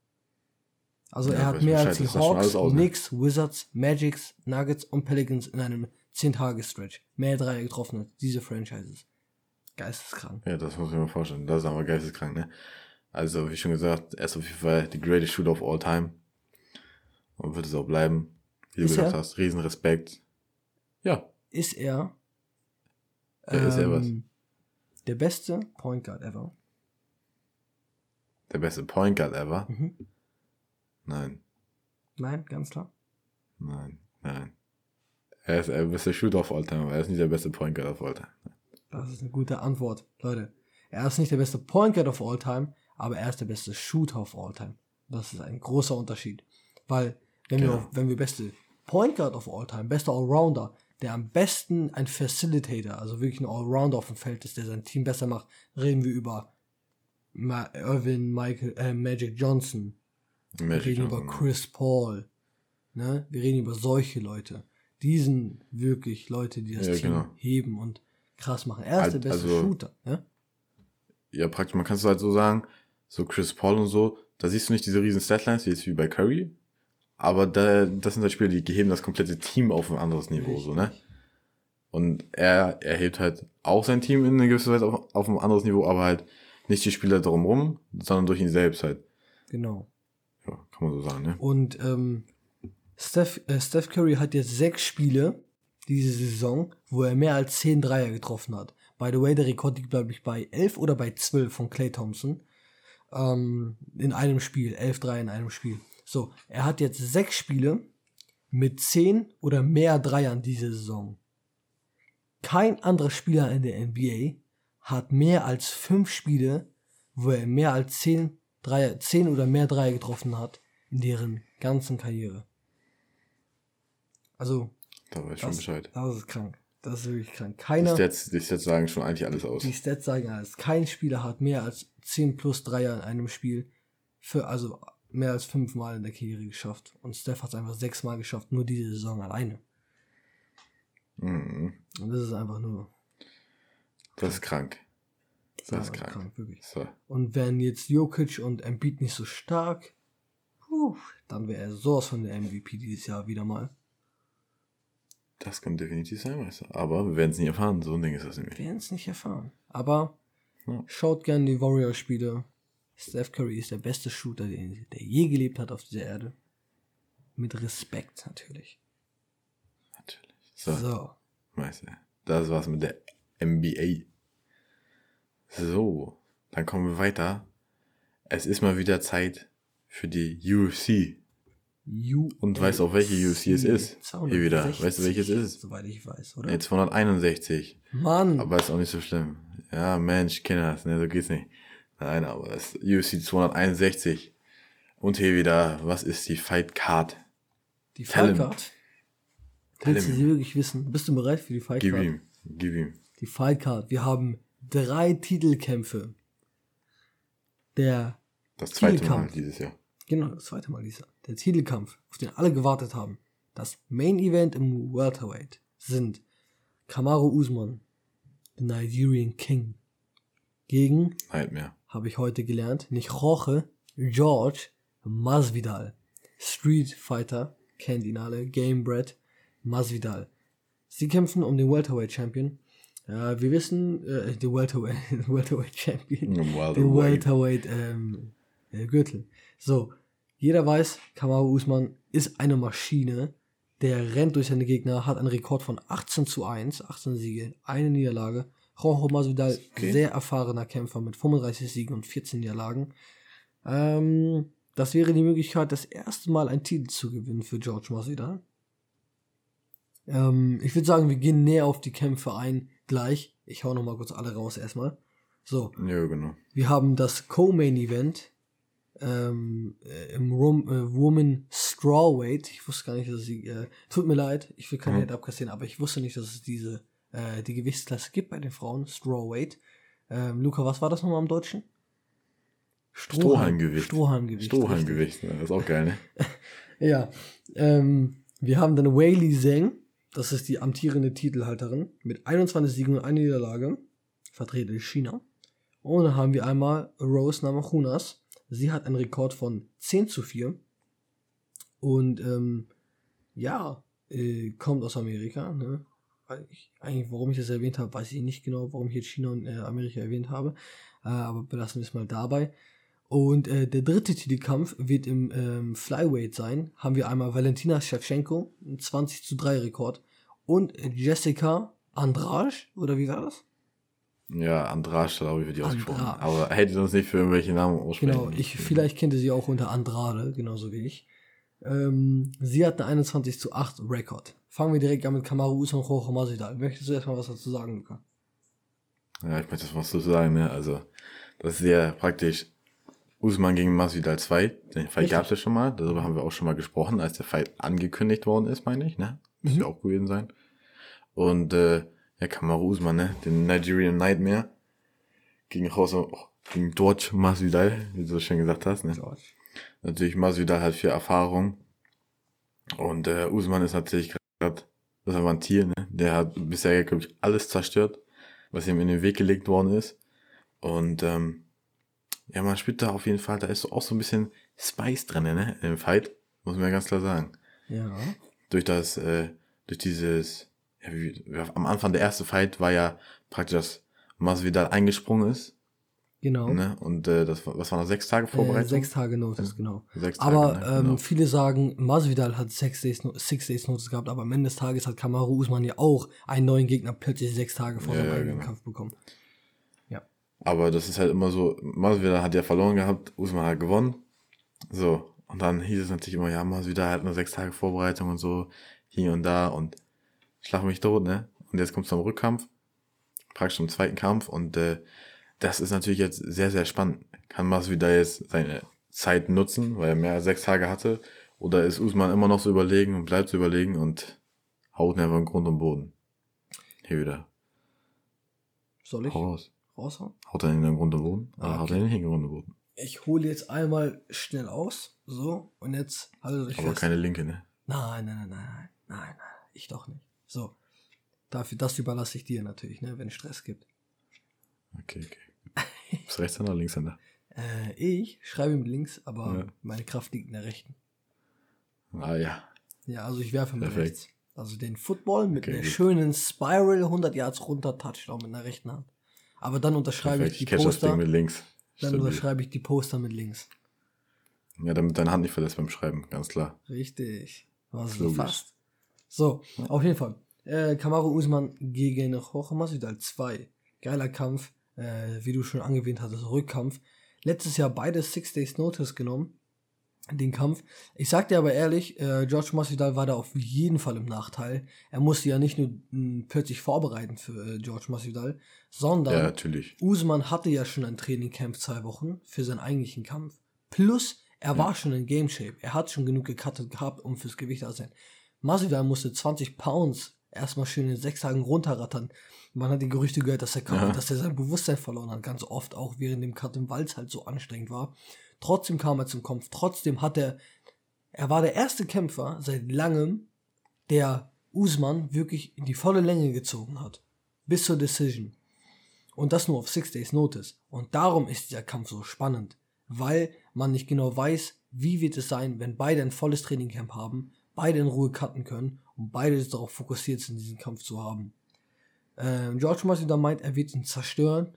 Also ja, er hat mehr als die Hawks, aus, ne? Knicks, Wizards, Magics, Nuggets und Pelicans in einem zehn-Tage-Stretch mehr Dreier getroffen als diese Franchises. Geisteskrank. Ja, das muss ich mir vorstellen. Das ist aber geisteskrank, ne? Also, wie schon gesagt, er ist auf jeden Fall die greatest shooter of all time. Und wird es auch bleiben. Wie du ist gesagt er? hast, Riesenrespekt. Ja. Ist er, ja ähm, ist er was? Der beste Point Guard ever? Der beste Point Guard ever? Mhm. Nein. Nein, ganz klar? Nein, nein. Er ist der beste Shooter of all time, aber er ist nicht der beste Point Guard of all time. Das ist eine gute Antwort, Leute. Er ist nicht der beste Point Guard of all time, aber er ist der beste Shooter of all time. Das ist ein großer Unterschied. Weil, wenn genau. wir, wenn wir beste Point Guard of all time, bester Allrounder, der am besten ein Facilitator, also wirklich ein Allrounder auf dem Feld ist, der sein Team besser macht, reden wir über Ma- Irvin, Michael, äh, Magic Johnson. Magic wir reden Johnson, über Chris Paul. Ne? Wir reden über solche Leute. Die sind wirklich Leute, die das ja, Team genau. heben und krass machen. Er ist der beste also, Shooter. Ja? ja, praktisch, man kann es halt so sagen, so Chris Paul und so, da siehst du nicht diese riesen Statlines, wie jetzt wie bei Curry, aber da, das sind halt Spieler, die heben das komplette Team auf ein anderes Niveau, so, ne? Und er, er hebt halt auch sein Team in einer gewissen Weise auf, auf ein anderes Niveau, aber halt nicht die Spieler drumherum, sondern durch ihn selbst halt. Genau. Ja, kann man so sagen, ne? Und ähm, Steph, äh, Steph Curry hat jetzt sechs Spiele diese Saison, wo er mehr als zehn Dreier getroffen hat. By the way, der Rekord liegt, glaube ich, bei elf oder bei zwölf von Klay Thompson. Ähm, in einem Spiel, elf Dreier in einem Spiel. So, er hat jetzt sechs Spiele mit zehn oder mehr Dreiern diese Saison. Kein anderer Spieler in der N B A hat mehr als fünf Spiele, wo er mehr als zehn, Dreier, zehn oder mehr Dreier getroffen hat in deren ganzen Karriere. Also, Da weiß ich das, schon Bescheid. das ist krank. Das ist wirklich krank. Die Keiner, Stats, die Stats sagen schon eigentlich alles aus. die Stats sagen alles. Kein Spieler hat mehr als zehn plus Dreier in einem Spiel, für, also mehr als fünfmal in der Karriere geschafft. Und Steph hat es einfach sechsmal geschafft, nur diese Saison alleine. Mhm. Und das ist einfach nur... Das ist krank. Das Das ist ist krank. krank, wirklich. So. Und wären jetzt Jokic und Embiid nicht so stark, puh, dann wäre er sowas von der M V P dieses Jahr wieder mal. Das kann definitiv sein, weißt du. Aber wir werden es nicht erfahren, so ein Ding ist das nämlich. Wir werden es nicht erfahren. Aber Ja. schaut gerne die Warriors-Spiele. Steph Curry ist der beste Shooter, der, der je gelebt hat auf dieser Erde. Mit Respekt natürlich. Natürlich. So, So. weißt du. Das war's mit der N B A. So, dann kommen wir weiter. Es ist mal wieder Zeit für die U F C. U Und weißt du auch, welche U F C es ist? Hier wieder. Weißt du, welches es ist? Soweit ich weiß, oder? Nee, zweihunderteinundsechzig. Mann! Aber ist auch nicht so schlimm. Ja, Mensch, Kinders, ne, so geht's nicht. Nein, aber es ist U F C zweihunderteinundsechzig. Und hier wieder, was ist die Fight Card? die Tell him. Fight Card. Willst du him. sie wirklich wissen? Bist du bereit für die Fight Gib Card? ihm, gib ihm. Die Fight Card. Wir haben drei Titelkämpfe. Der Das zweite Mal Titelkampf. dieses Jahr. Genau, das zweite Mal dieser. Der Titelkampf, auf den alle gewartet haben. Das Main Event im Welterweight sind Kamaru Usman, the Nigerian King, gegen, Nightmare. habe ich heute gelernt, nicht Jorge, George Masvidal. Street Fighter, kennt ihn alle, Gamebred, Masvidal. Sie kämpfen um den Welterweight Champion. Ja, wir wissen, äh, den Welterweight, Welterweight Champion. Den Welterweight ähm, äh, Gürtel. So, jeder weiß, Kamaru Usman ist eine Maschine. Der rennt durch seine Gegner, hat einen Rekord von achtzehn zu eins, achtzehn Siege, eine Niederlage. Jorge Masvidal, Okay. sehr erfahrener Kämpfer mit fünfunddreißig Siegen und vierzehn Niederlagen. Ähm, das wäre die Möglichkeit, das erste Mal einen Titel zu gewinnen für George Masvidal. Ähm, ich würde sagen, wir gehen näher auf die Kämpfe ein, gleich. Ich hau nochmal kurz alle raus erstmal. So, Ja, genau. wir haben das Co-Main-Event ähm, äh, im Rom, äh, Woman Strawweight. Ich wusste gar nicht, dass sie, äh, tut mir leid, ich will keine Mhm. Hate abkassieren, aber ich wusste nicht, dass es diese, äh, die Gewichtsklasse gibt bei den Frauen, Strawweight. Ähm, Luca, was war das nochmal im Deutschen? Strohhalmgewicht. Strohhalmgewicht. Strohhalmgewicht, ne? Das ist auch geil, ne? richtig. Ja, ähm, wir haben dann Weili Zhang, das ist die amtierende Titelhalterin, mit einundzwanzig Siegen und einer Niederlage, vertreten in China. Und dann haben wir einmal Rose Namajunas. Sie hat einen Rekord von zehn zu vier. Und ähm, ja, äh, kommt aus Amerika. Ne? Weil ich, eigentlich, warum ich das erwähnt habe, weiß ich nicht genau, warum ich jetzt China und äh, Amerika erwähnt habe. Äh, aber belassen wir es mal dabei. Und äh, der dritte Titelkampf wird im ähm, Flyweight sein. Haben wir einmal Valentina Shevchenko, ein zwanzig zu drei Rekord. Und Jessica Andrade, oder wie war das? Ja, Andrasch, glaube ich, wird die ausgesprochen. Andrade. Aber hätte uns nicht für irgendwelche Namen aussprechen. Genau, ich, vielleicht kennt ihr sie auch unter Andrade, genauso wie ich. Ähm, sie hat einen einundzwanzig zu acht Rekord. Fangen wir direkt an mit Kamaru Usman und Jorge Masvidal. Möchtest du erstmal was dazu sagen, Luca? Ja, ich möchte das was zu sagen, ne? Also, das ist ja praktisch Usman gegen Masvidal zwei. Den Fight Richtig. gab es ja schon mal. Darüber haben wir auch schon mal gesprochen, als der Fight angekündigt worden ist, meine ich, ne? Müsste Mhm. auch gewesen sein. Und, äh, ja, Kamaru Usman, ne? Den Nigerian Nightmare. Gegen Jose, oh, gegen George Masvidal, wie du so schön gesagt hast, ne? George. Natürlich, Masvidal hat viel Erfahrung. Und äh, Usman ist natürlich gerade, das war ein Tier, ne? Der hat bisher, glaube ich, alles zerstört, was ihm in den Weg gelegt worden ist. Und ähm, Ja, man spürt da auf jeden Fall, da ist so auch so ein bisschen Spice drin, ne, im Fight, muss man ja ganz klar sagen. Ja. Durch das, äh, durch dieses, ja, wie, ja, am Anfang der erste Fight war ja praktisch, dass Masvidal eingesprungen ist. Genau. Ne? Und äh, das was waren das, sechs Tage Äh, Vorbereitung? sechs Tage Notice, genau. Sechs Tage, Aber ne? ähm, Genau. viele sagen, Masvidal hat six Days, No- six Days Notice gehabt, aber am Ende des Tages hat Kamaru Usman ja auch einen neuen Gegner plötzlich sechs Tage vor Ja, seinem ja, eigenen genau. Kampf bekommen. Ja. Aber das ist halt immer so, Masvidal hat ja verloren gehabt, Usman hat gewonnen. So, und dann hieß es natürlich immer, ja, Masvidal hat nur sechs Tage Vorbereitung und so, hier und da und schlag mich tot, ne? Und jetzt kommt es zum Rückkampf, praktisch zum zweiten Kampf und äh, das ist natürlich jetzt sehr, sehr spannend. Kann Masvidal jetzt seine Zeit nutzen, weil er mehr als sechs Tage hatte, oder ist Usman immer noch so überlegen und bleibt so überlegen und haut ihn einfach in Grund und Boden? Hier wieder. Soll ich Hau raus. raushauen? Haut er ihn in den Grund und Boden? Oder Ah, haut okay. er ihn nicht in den Grund und Boden? Ich hole jetzt einmal schnell aus. So, und jetzt haltet euch Aber fest. keine Linke, ne? Nein, nein, nein, nein, nein, nein, nein, ich doch nicht. So, dafür, das überlasse ich dir natürlich, ne, wenn es Stress gibt. Okay, okay. Bist Rechtshänder oder Linkshänder? Äh, ich schreibe mit links, aber Ja. meine Kraft liegt in der rechten. Ah ja. Ja, also ich werfe mit Perfekt. rechts. Also den Football mit Okay, einer gut. schönen Spiral hundert Yards runter Touchdown mit einer rechten Hand. Aber dann unterschreibe Perfekt. ich Ich die catch das Ding Poster. mit links. Dann Stabil. unterschreibe ich die Poster mit links. Ja, damit deine Hand nicht verlässt beim Schreiben, ganz klar. Richtig. Was so Logisch. fast. So, auf jeden Fall. Äh, Kamaru Usman gegen Jorge Masvidal zwei. Geiler Kampf. Äh, wie du schon angewähnt hattest, Rückkampf. Letztes Jahr beide Six Days Notice genommen. Den Kampf. Ich sag dir aber ehrlich, äh, George Masvidal war da auf jeden Fall im Nachteil. Er musste ja nicht nur mh, plötzlich vorbereiten für äh, George Masvidal, sondern Ja, natürlich. Usman hatte ja schon ein Trainingcamp zwei Wochen für seinen eigentlichen Kampf. Plus, er war schon in Game Shape. Er hat schon genug gecuttet gehabt, um fürs Gewicht da sein. Masvidal musste zwanzig Pounds erstmal schön in sechs Tagen runterrattern. Man hat die Gerüchte gehört, dass er, Ja. dass er sein Bewusstsein verloren hat. Ganz oft auch während dem Cut, weil es halt so anstrengend war. Trotzdem kam er zum Kampf. Trotzdem hat er, er war der erste Kämpfer seit langem, der Usman wirklich in die volle Länge gezogen hat. Bis zur Decision. Und das nur auf Six Days Notice. Und darum ist dieser Kampf so spannend. Weil man nicht genau weiß, wie wird es sein, wenn beide ein volles Trainingcamp haben, beide in Ruhe cutten können und beide darauf fokussiert sind, diesen Kampf zu haben. Ähm, George Masvidal meint, er wird ihn zerstören.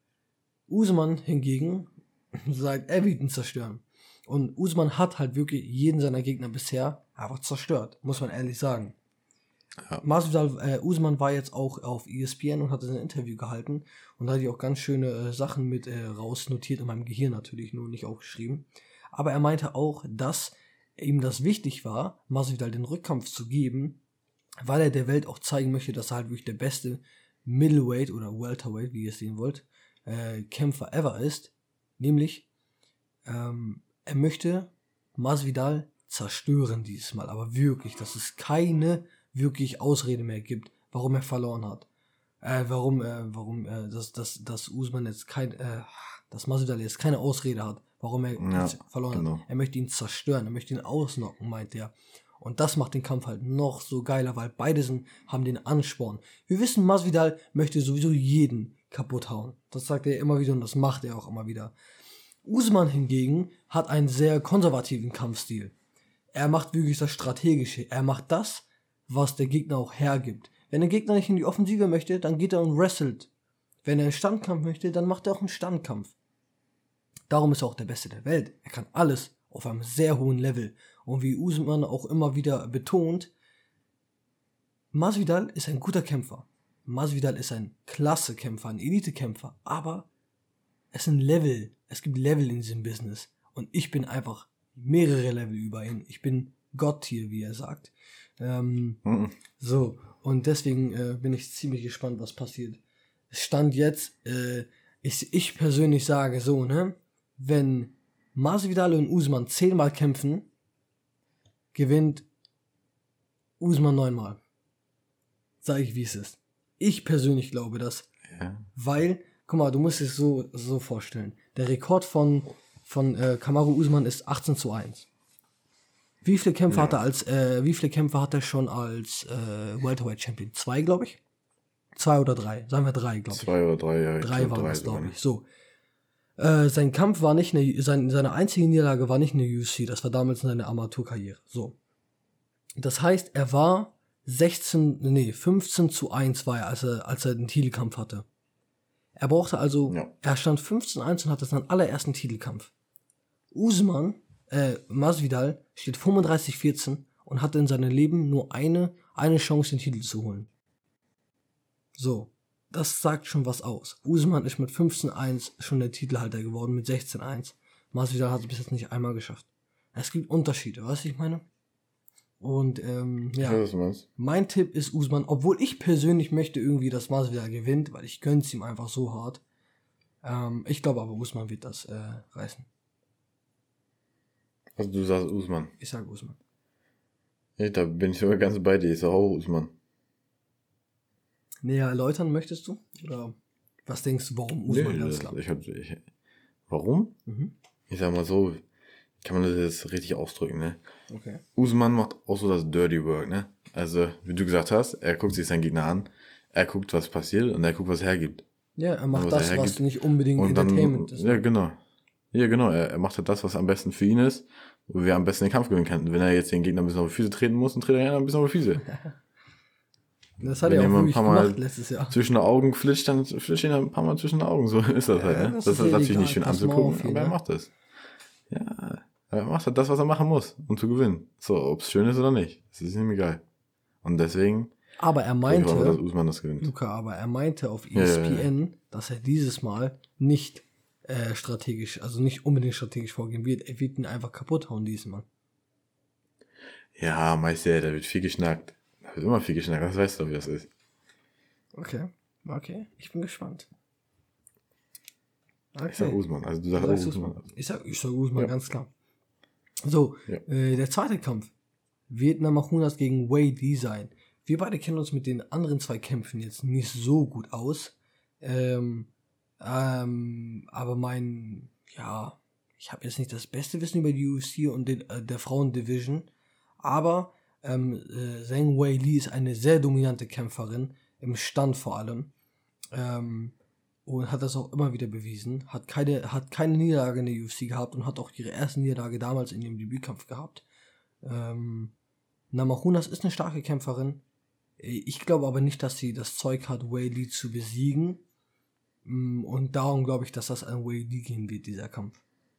Usman hingegen sagt, er wird ihn zerstören. Und Usman hat halt wirklich jeden seiner Gegner bisher einfach zerstört, muss man ehrlich sagen. Ja. Masvidal, äh, Usman war jetzt auch auf E S P N und hat ein Interview gehalten und da hat ich auch ganz schöne äh, Sachen mit äh, rausnotiert, in meinem Gehirn natürlich, nur nicht aufgeschrieben. Aber er meinte auch, dass ihm das wichtig war, Masvidal den Rückkampf zu geben, weil er der Welt auch zeigen möchte, dass er halt wirklich der beste Middleweight oder Welterweight, wie ihr es sehen wollt, äh, Kämpfer ever ist. Nämlich, ähm, er möchte Masvidal zerstören dieses Mal, aber wirklich, dass es keine wirklich Ausrede mehr gibt, warum er verloren hat. Äh, warum, äh, warum, äh, dass, dass, dass Usman jetzt kein, äh, dass Masvidal jetzt keine Ausrede hat, warum er Ja, jetzt verloren genau. hat. Er möchte ihn zerstören, er möchte ihn ausnocken, meint er. Und das macht den Kampf halt noch so geiler, weil beide sind, haben den Ansporn. Wir wissen, Masvidal möchte sowieso jeden kaputt hauen. Das sagt er immer wieder und das macht er auch immer wieder. Usman hingegen hat einen sehr konservativen Kampfstil. Er macht wirklich das Strategische. Er macht das, was der Gegner auch hergibt. Wenn der Gegner nicht in die Offensive möchte, dann geht er und wrestelt. Wenn er einen Standkampf möchte, dann macht er auch einen Standkampf. Darum ist er auch der Beste der Welt. Er kann alles auf einem sehr hohen Level. Und wie Usman auch immer wieder betont, Masvidal ist ein guter Kämpfer. Masvidal ist ein klasse Kämpfer, ein Elite-Kämpfer. Aber es sind Level. Es gibt Level in diesem Business. Und ich bin einfach mehrere Level über ihn. Ich bin Gott-Tier, wie er sagt. Ähm, Mhm. so, und deswegen äh, bin ich ziemlich gespannt, was passiert. Es stand jetzt, äh, ich, ich persönlich sage so, ne, wenn Masvidal und Usman zehnmal kämpfen, gewinnt Usman neunmal. Sag ich, wie es ist. Ich persönlich glaube das, Ja. weil, guck mal, du musst es so, so vorstellen. Der Rekord von, von äh, Kamaru Usman ist achtzehn zu eins. Wie viele Kämpfe Ja. hat er als, äh, wie viele Kämpfe hat er schon als äh, Welterweight Champion? Zwei, glaube ich. Zwei oder drei. Sagen wir drei, glaube ich. Zwei oder drei, ja. ich Drei glaub, waren das, sogar, glaube ne? ich. So. Äh, sein Kampf war nicht eine, sein, seine einzige Niederlage war nicht eine U F C, das war damals seine Amateurkarriere. So. Das heißt, er war sechzehn, nee, fünfzehn zu eins war er, als er, als er den Titelkampf hatte. Er brauchte also, Ja. er stand fünfzehn eins und hatte seinen allerersten Titelkampf. Usman, äh, Masvidal steht fünfunddreißig vierzehn und hatte in seinem Leben nur eine, eine Chance, den Titel zu holen. So. Das sagt schon was aus. Usman ist mit fünfzehn eins schon der Titelhalter geworden, mit sechzehn eins. Masvidal hat es bis jetzt nicht einmal geschafft. Es gibt Unterschiede, weißt du, was ich meine? Und, ähm, ja. Ich weiß, was du meinst. Mein Tipp ist Usman, obwohl ich persönlich möchte irgendwie, dass Masvidal gewinnt, weil ich gönn's ihm einfach so hart. Ähm, ich glaube aber, Usman wird das äh, reißen. Also du sagst Usman. Ich sage Usman. Ja, da bin ich sogar ganz bei dir. Ich sag auch Usman. Näher erläutern möchtest du? Oder was denkst du, warum Usman Nee, ganz das, klar? ich, hab- ich, warum? Mhm. Ich sag mal so, kann man das jetzt richtig ausdrücken, ne? Okay. Usman macht auch so das Dirty Work, ne? Also, wie du gesagt hast, er guckt sich seinen Gegner an, er guckt, was passiert und er guckt, was er hergibt. Ja, er macht was er das, was hergibt. nicht unbedingt Und Entertainment dann, ist. ja, genau. Ja, genau, er, er macht halt das, was am besten für ihn ist, wo wir am besten den Kampf gewinnen könnten. Wenn er jetzt den Gegner ein bisschen auf die Füße treten muss, dann tritt er ihn ein bisschen auf die Füße. Das hat Wenn er auch jemand ein wirklich paar Mal gemacht letztes Jahr. zwischen den Augen flitscht, dann flitscht ihn ein paar Mal zwischen den Augen. So ist das halt, Ja, ne? das Das, ist ist ja natürlich egal. nicht schön Pass mal anzugucken, auf hier, aber er ne? macht es. Ja, er macht halt das, was er machen muss, um zu gewinnen. So, ob es schön ist oder nicht. Das ist ihm egal. Und deswegen Aber er glaube ich auch, dass meinte, Usman das gewinnt. Luca, aber er meinte auf E Ja, S ja, P ja. N, dass er dieses Mal nicht äh, strategisch, also nicht unbedingt strategisch vorgehen wird. Er wird ihn einfach kaputt hauen diesmal. Ja, Meister, da wird viel geschnackt. Da wird immer viel geschnackt, das weißt du, wie das ist. Okay, okay, ich bin gespannt. Okay. Ich sag Usman, also du Du sagst auch sagst Usman. Usman. Ich sag, ich sag Usman, Ja. ganz klar. So, Ja. äh, der zweite Kampf. Vietnam Machunas gegen Wei Li sein. Wir beide kennen uns mit den anderen zwei Kämpfen jetzt nicht so gut aus. Ähm, ähm, aber mein, ja, ich habe jetzt nicht das beste Wissen über die U F C und den, äh, der Frauen-Division. Aber ähm, äh, Zhang Wei Li ist eine sehr dominante Kämpferin, im Stand vor allem. Ähm, und hat das auch immer wieder bewiesen. Hat keine, hat keine Niederlage in der U F C gehabt und hat auch ihre erste Niederlage damals in ihrem Debütkampf gehabt. Ähm, Namajunas ist eine starke Kämpferin. Ich glaube aber nicht, dass sie das Zeug hat, Wei Li zu besiegen. Mm, Und darum glaube ich, dass das an Wei Li gehen wird, dieser Kampf.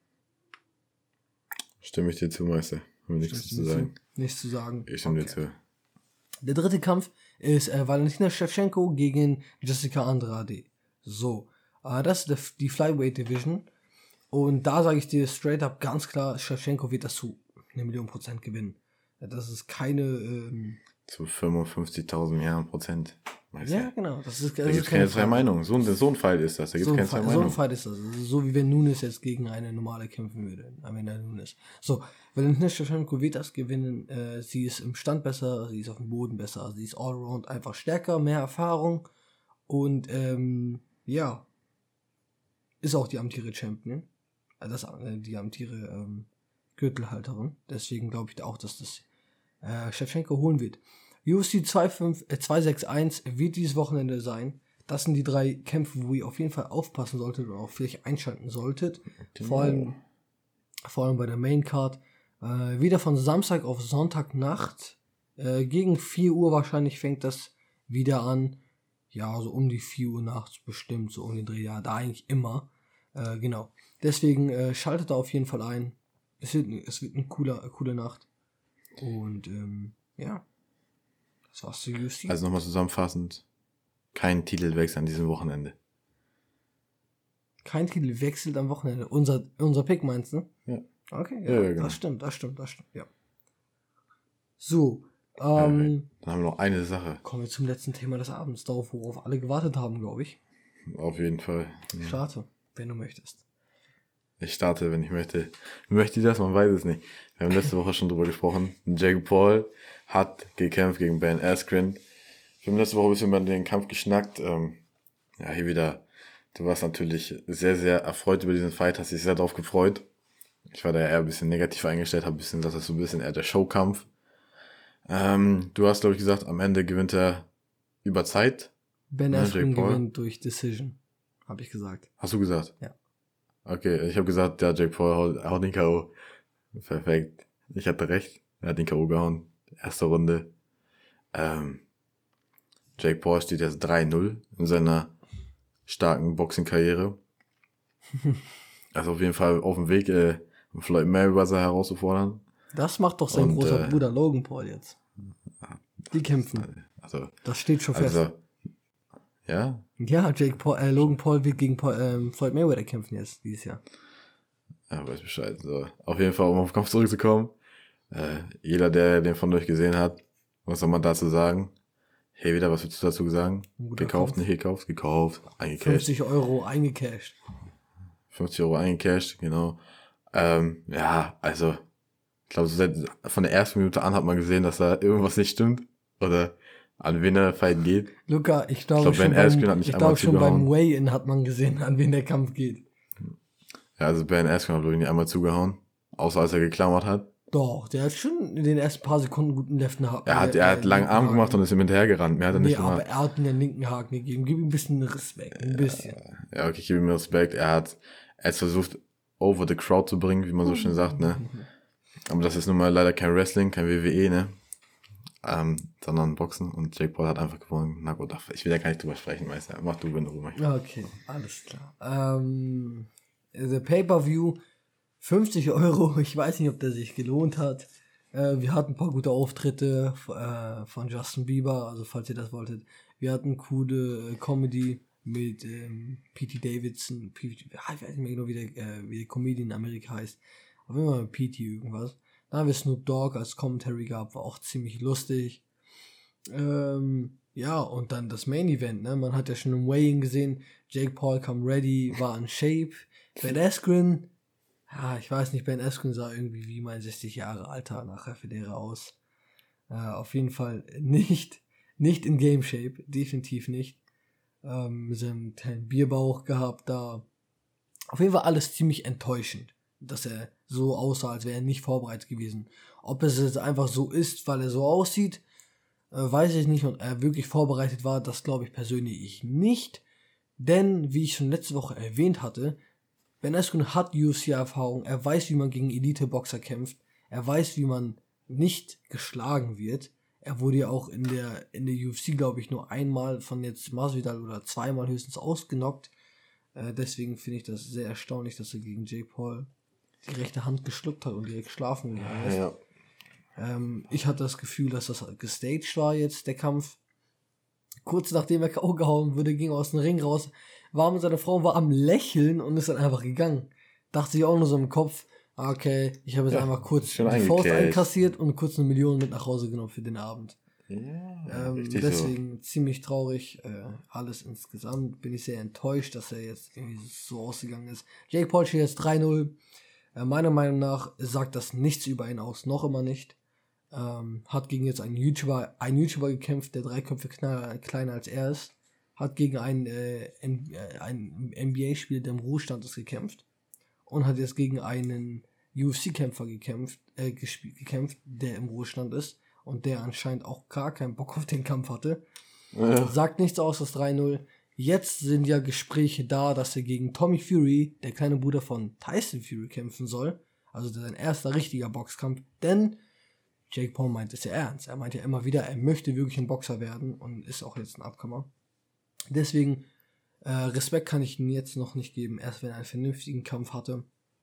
Stimme ich dir zu, Meister. Haben wir nichts Stimmst zu du mir sagen. zu? Nichts zu sagen. Ich stimme Okay. dir zu. Der dritte Kampf ist äh, Valentina Shevchenko gegen Jessica Andrade. So, äh, das ist der, die Flyweight Division. Und da sage ich dir straight up ganz klar, Shevchenko wird das zu eine Million Prozent gewinnen. Das ist keine... Ähm, Zu fünfundfünfzigtausend Milliarden Prozent. Meister. ja, genau. Das ist, Da das gibt ist es keine zwei Frage. Meinungen. So, ein- so ein Fall ist das. Da gibt es So keine ein, zwei Fight, so ein Meinungen. Fight ist das. So wie wenn Nunes jetzt gegen eine normale kämpfen würde. Amanda Nunes. So, Valentina Shevchenko wird das gewinnen. Äh, sie ist im Stand besser, sie ist auf dem Boden besser, sie ist allround einfach stärker, mehr Erfahrung und ähm, ja, ist auch die amtierende Champion. Äh, das, äh, die amtierende ähm, Gürtelhalterin. Deswegen glaube ich auch, dass das äh, Shevchenko holen wird. U F C zweihunderteinundsechzig wird dieses Wochenende sein. Das sind die drei Kämpfe, wo ihr auf jeden Fall aufpassen solltet und auch vielleicht einschalten solltet. Genau. Vor allem, vor allem bei der Main Card. Äh, wieder von Samstag auf Sonntagnacht. Äh, gegen vier Uhr wahrscheinlich fängt das wieder an. Ja, so um die vier Uhr nachts bestimmt, so um den Dreh. Ja, da eigentlich immer. Äh, genau. Deswegen äh, schaltet da auf jeden Fall ein. Es wird, es wird eine coole, eine coole Nacht. Und ähm, ja. Das war's zu U F C. Also nochmal zusammenfassend. Kein Titelwechsel an diesem Wochenende. Kein Titel wechselt am Wochenende. Unser, unser Pick meinst du? Ja. Okay, ja, Ja, ja, genau. das stimmt, das stimmt, das stimmt, ja. So, Ja, ähm, Dann haben wir noch eine Sache. kommen wir zum letzten Thema des Abends, darauf, worauf alle gewartet haben, glaube ich. Auf jeden Fall. Starte, wenn du möchtest. Ich starte, wenn ich möchte. Möchte ich das? Man weiß es nicht. Wir haben letzte Woche schon drüber gesprochen. Jake Paul hat gekämpft gegen Ben Askren. Wir haben letzte Woche ein bisschen über den Kampf geschnackt. Ähm, ja, hier wieder. Du warst natürlich sehr, sehr erfreut über diesen Fight, hast dich sehr darauf gefreut. Ich war da eher ein bisschen negativ eingestellt, habe ein bisschen gesagt, das ist so ein bisschen eher der Showkampf. Ähm, du hast, glaube ich, gesagt, am Ende gewinnt er über Zeit. Ben Ja, Askren Jake Paul. gewinnt durch Decision, habe ich gesagt. Hast du gesagt? Ja. Okay, ich habe gesagt, ja, Jake Paul haut, haut den K O. Perfekt. Ich hatte recht. Er hat den K O gehauen. Erste Runde. Ähm, Jake Paul steht jetzt drei null in seiner starken Boxing-Karriere. Also auf jeden Fall auf dem Weg, äh, Floyd Mayweather herauszufordern. Das macht doch sein Und, großer äh, Bruder Logan Paul jetzt. Die kämpfen. Also, Das steht schon fest. also, ja, Ja, Jake Paul, äh, Logan Paul wird gegen Paul, ähm, Floyd Mayweather kämpfen jetzt dieses Jahr. ja, weiß Bescheid. So, auf jeden Fall, um auf den Kampf zurückzukommen. Äh, jeder, der den von euch gesehen hat, was soll man dazu sagen? Hey, wieder, was willst du dazu sagen? Guter Gekauft, Kampf. nicht gekauft, gekauft, eingecashed. fünfzig Euro eingecashed. fünfzig Euro eingecashed, genau. Ähm, ja, also, ich glaube, so seit, von der ersten Minute an hat man gesehen, dass da irgendwas nicht stimmt. Oder an wen der Fight geht. Luca, ich glaube, Ich glaub, schon, Ben Askren hat beim, nicht ich einmal glaube schon beim zugehauen. Weigh-In hat man gesehen, an wen der Kampf geht. Ja, also Ben Askren hat wirklich nicht einmal zugehauen. Außer als er geklammert hat. Doch, der hat schon in den ersten paar Sekunden einen guten Leften Haken. Er hat, er hat langen Arm gemacht und ist ihm hinterhergerannt. Mehr hat er Nee, nicht aber gemacht. er hat einen linken Haken gegeben. Gib ihm ein bisschen Respekt. Ein bisschen. Ja, okay, ich gebe ihm Respekt. Er hat es versucht, over the crowd zu bringen, wie man so schön sagt, ne? Aber das ist nun mal leider kein Wrestling, kein W W E, ne? Ähm, sondern Boxen. Und Jake Paul hat einfach gewonnen. Na gut, ich will ja gar nicht drüber sprechen, Meister. Mach du, wenn du rüber möchtest. Okay, alles klar. Ähm, the Pay-Per-View, fünfzig Euro. Ich weiß nicht, ob der sich gelohnt hat. Äh, wir hatten ein paar gute Auftritte äh, von Justin Bieber, also falls ihr das wolltet. Wir hatten coole äh, Comedy mit ähm, P T Davidson. P T, ich weiß nicht mehr genau, wie der, äh, wie der Comedian in Amerika heißt. Auf jeden Fall mit P T irgendwas. Dann haben wir Snoop Dogg als Commentary gehabt, war auch ziemlich lustig. Ähm, ja, und dann das Main Event, ne? Man hat ja schon im Weigh-In gesehen, Jake Paul kam ready, war in Shape. Ben Askren, ja, ich weiß nicht, Ben Askren sah irgendwie wie mein sechzig Jahre alter nachher Federa aus. Äh, auf jeden Fall nicht, nicht in Game Shape, definitiv nicht. Ähm, mit seinem kleinen Bierbauch gehabt da. Auf jeden Fall alles ziemlich enttäuschend, dass er so aussah, als wäre er nicht vorbereitet gewesen. Ob es jetzt einfach so ist, weil er so aussieht, äh, weiß ich nicht. Und er wirklich vorbereitet war, das glaube ich persönlich nicht. Denn, wie ich schon letzte Woche erwähnt hatte, Ben Askren hat U F C-Erfahrung. Er weiß, wie man gegen Elite-Boxer kämpft. Er weiß, wie man nicht geschlagen wird. Er wurde ja auch in der, in der U F C, glaube ich, nur einmal von jetzt Masvidal oder zweimal höchstens ausgenockt. Äh, deswegen finde ich das sehr erstaunlich, dass er gegen Jake Paul die rechte Hand geschluckt hat und direkt schlafen gegangen ist. Ja. Ähm, ich hatte das Gefühl, dass das gestaged war jetzt, der Kampf. Kurz nachdem er K O gehauen wurde, ging er aus dem Ring raus, war mit seiner Frau, war am Lächeln und ist dann einfach gegangen. Dachte ich auch nur so im Kopf, okay, ich habe jetzt Ja, einfach kurz schon die Faust eingecashed. einkassiert und kurz eine Million mit nach Hause genommen für den Abend. Ja, Ähm, richtig deswegen ziemlich traurig, äh, alles insgesamt. Bin ich sehr enttäuscht, dass er jetzt irgendwie so ausgegangen ist. Jake Paul steht jetzt drei null. Äh, meiner Meinung nach sagt das nichts über ihn aus, noch immer nicht. Ähm, hat gegen jetzt einen YouTuber, einen YouTuber gekämpft, der drei Köpfe kna- kleiner als er ist. Hat gegen einen, äh, N- äh, einen N B A-Spieler, der im Ruhestand ist, gekämpft. Und hat jetzt gegen einen U F C-Kämpfer gekämpft, äh, gespielt, gekämpft, der im Ruhestand ist. Und der anscheinend auch gar keinen Bock auf den Kampf hatte. so. Ja. Sagt nichts aus, das drei null. Jetzt sind ja Gespräche da, dass er gegen Tommy Fury, der kleine Bruder von Tyson Fury, kämpfen soll. Also sein erster richtiger Boxkampf. Denn Jake Paul meint es ja ernst. Er meint ja immer wieder, er möchte wirklich ein Boxer werden und ist auch jetzt ein Abkammer. Deswegen, äh, Respekt kann ich ihm jetzt noch nicht geben, erst wenn er einen vernünftigen Kampf hatte.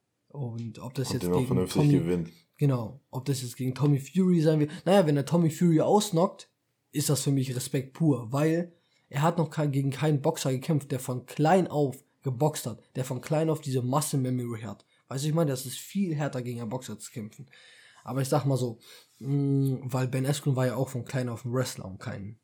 Und ob das Und jetzt den auch gegen vernünftig Tommy, gewinnt. genau, ob das jetzt gegen Tommy Fury sein wird. Naja, wenn er Tommy Fury ausnockt, ist das für mich Respekt pur, weil er hat noch kein, gegen keinen Boxer gekämpft, der von klein auf geboxt hat, der von klein auf diese Muscle Memory hat. Weißt du, ich meine, das ist viel härter gegen einen Boxer zu kämpfen. Aber ich sag mal so, mh, weil Ben Askren war ja auch von klein auf ein Wrestler und kein,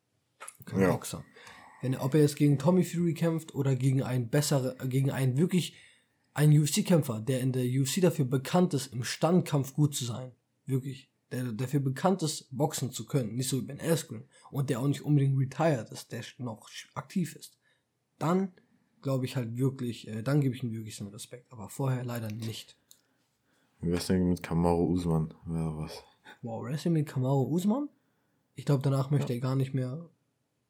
kein Ja. Boxer. Wenn, ob er jetzt gegen Tommy Fury kämpft oder gegen einen besseren, gegen einen wirklich, einen U F C-Kämpfer, der in der U F C dafür bekannt ist, im Standkampf gut zu sein. Wirklich. Der dafür bekannt ist, boxen zu können. Nicht so wie Ben Askren. Und der auch nicht unbedingt retired ist, der noch aktiv ist. Dann glaube ich halt wirklich, äh, dann gebe ich ihm wirklich seinen Respekt. Aber vorher leider nicht. Wrestling mit Kamaru Usman wäre was. Wow, Wrestling mit Kamaru Usman? Ich glaube, danach möchte er gar nicht mehr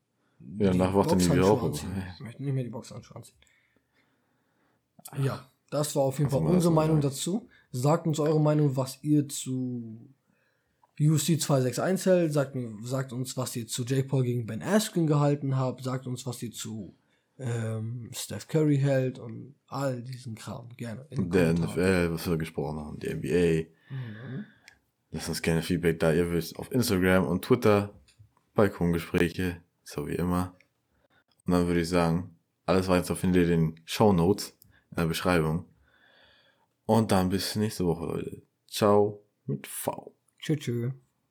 Ja, danach wacht er nie wieder Boxhandschuhe auf. anziehen. Ich möchte nicht mehr die Boxhandschuhe anziehen. Ja, Das war auf jeden Also Fall mal das unsere mal Meinung sagen. dazu. Sagt uns eure Meinung, was ihr zu U F C zweihundertsechsundsechzig hält. Sagt, mir, sagt uns, was ihr zu Jake Paul gegen Ben Askren gehalten habt. Sagt uns, was ihr zu ähm, Steph Curry hält und all diesen Kram. Gerne. in den Der N F Kommentaren. L, was wir gesprochen haben, die N B A. Mhm. Lasst uns gerne Feedback da. Ihr wisst, auf Instagram und Twitter, Balkongespräche, so wie immer. Und dann würde ich sagen, alles weitere findet ihr in den Shownotes, in der Beschreibung. Und dann bis nächste Woche, Leute. Ciao mit V. Tschüss. tschüss.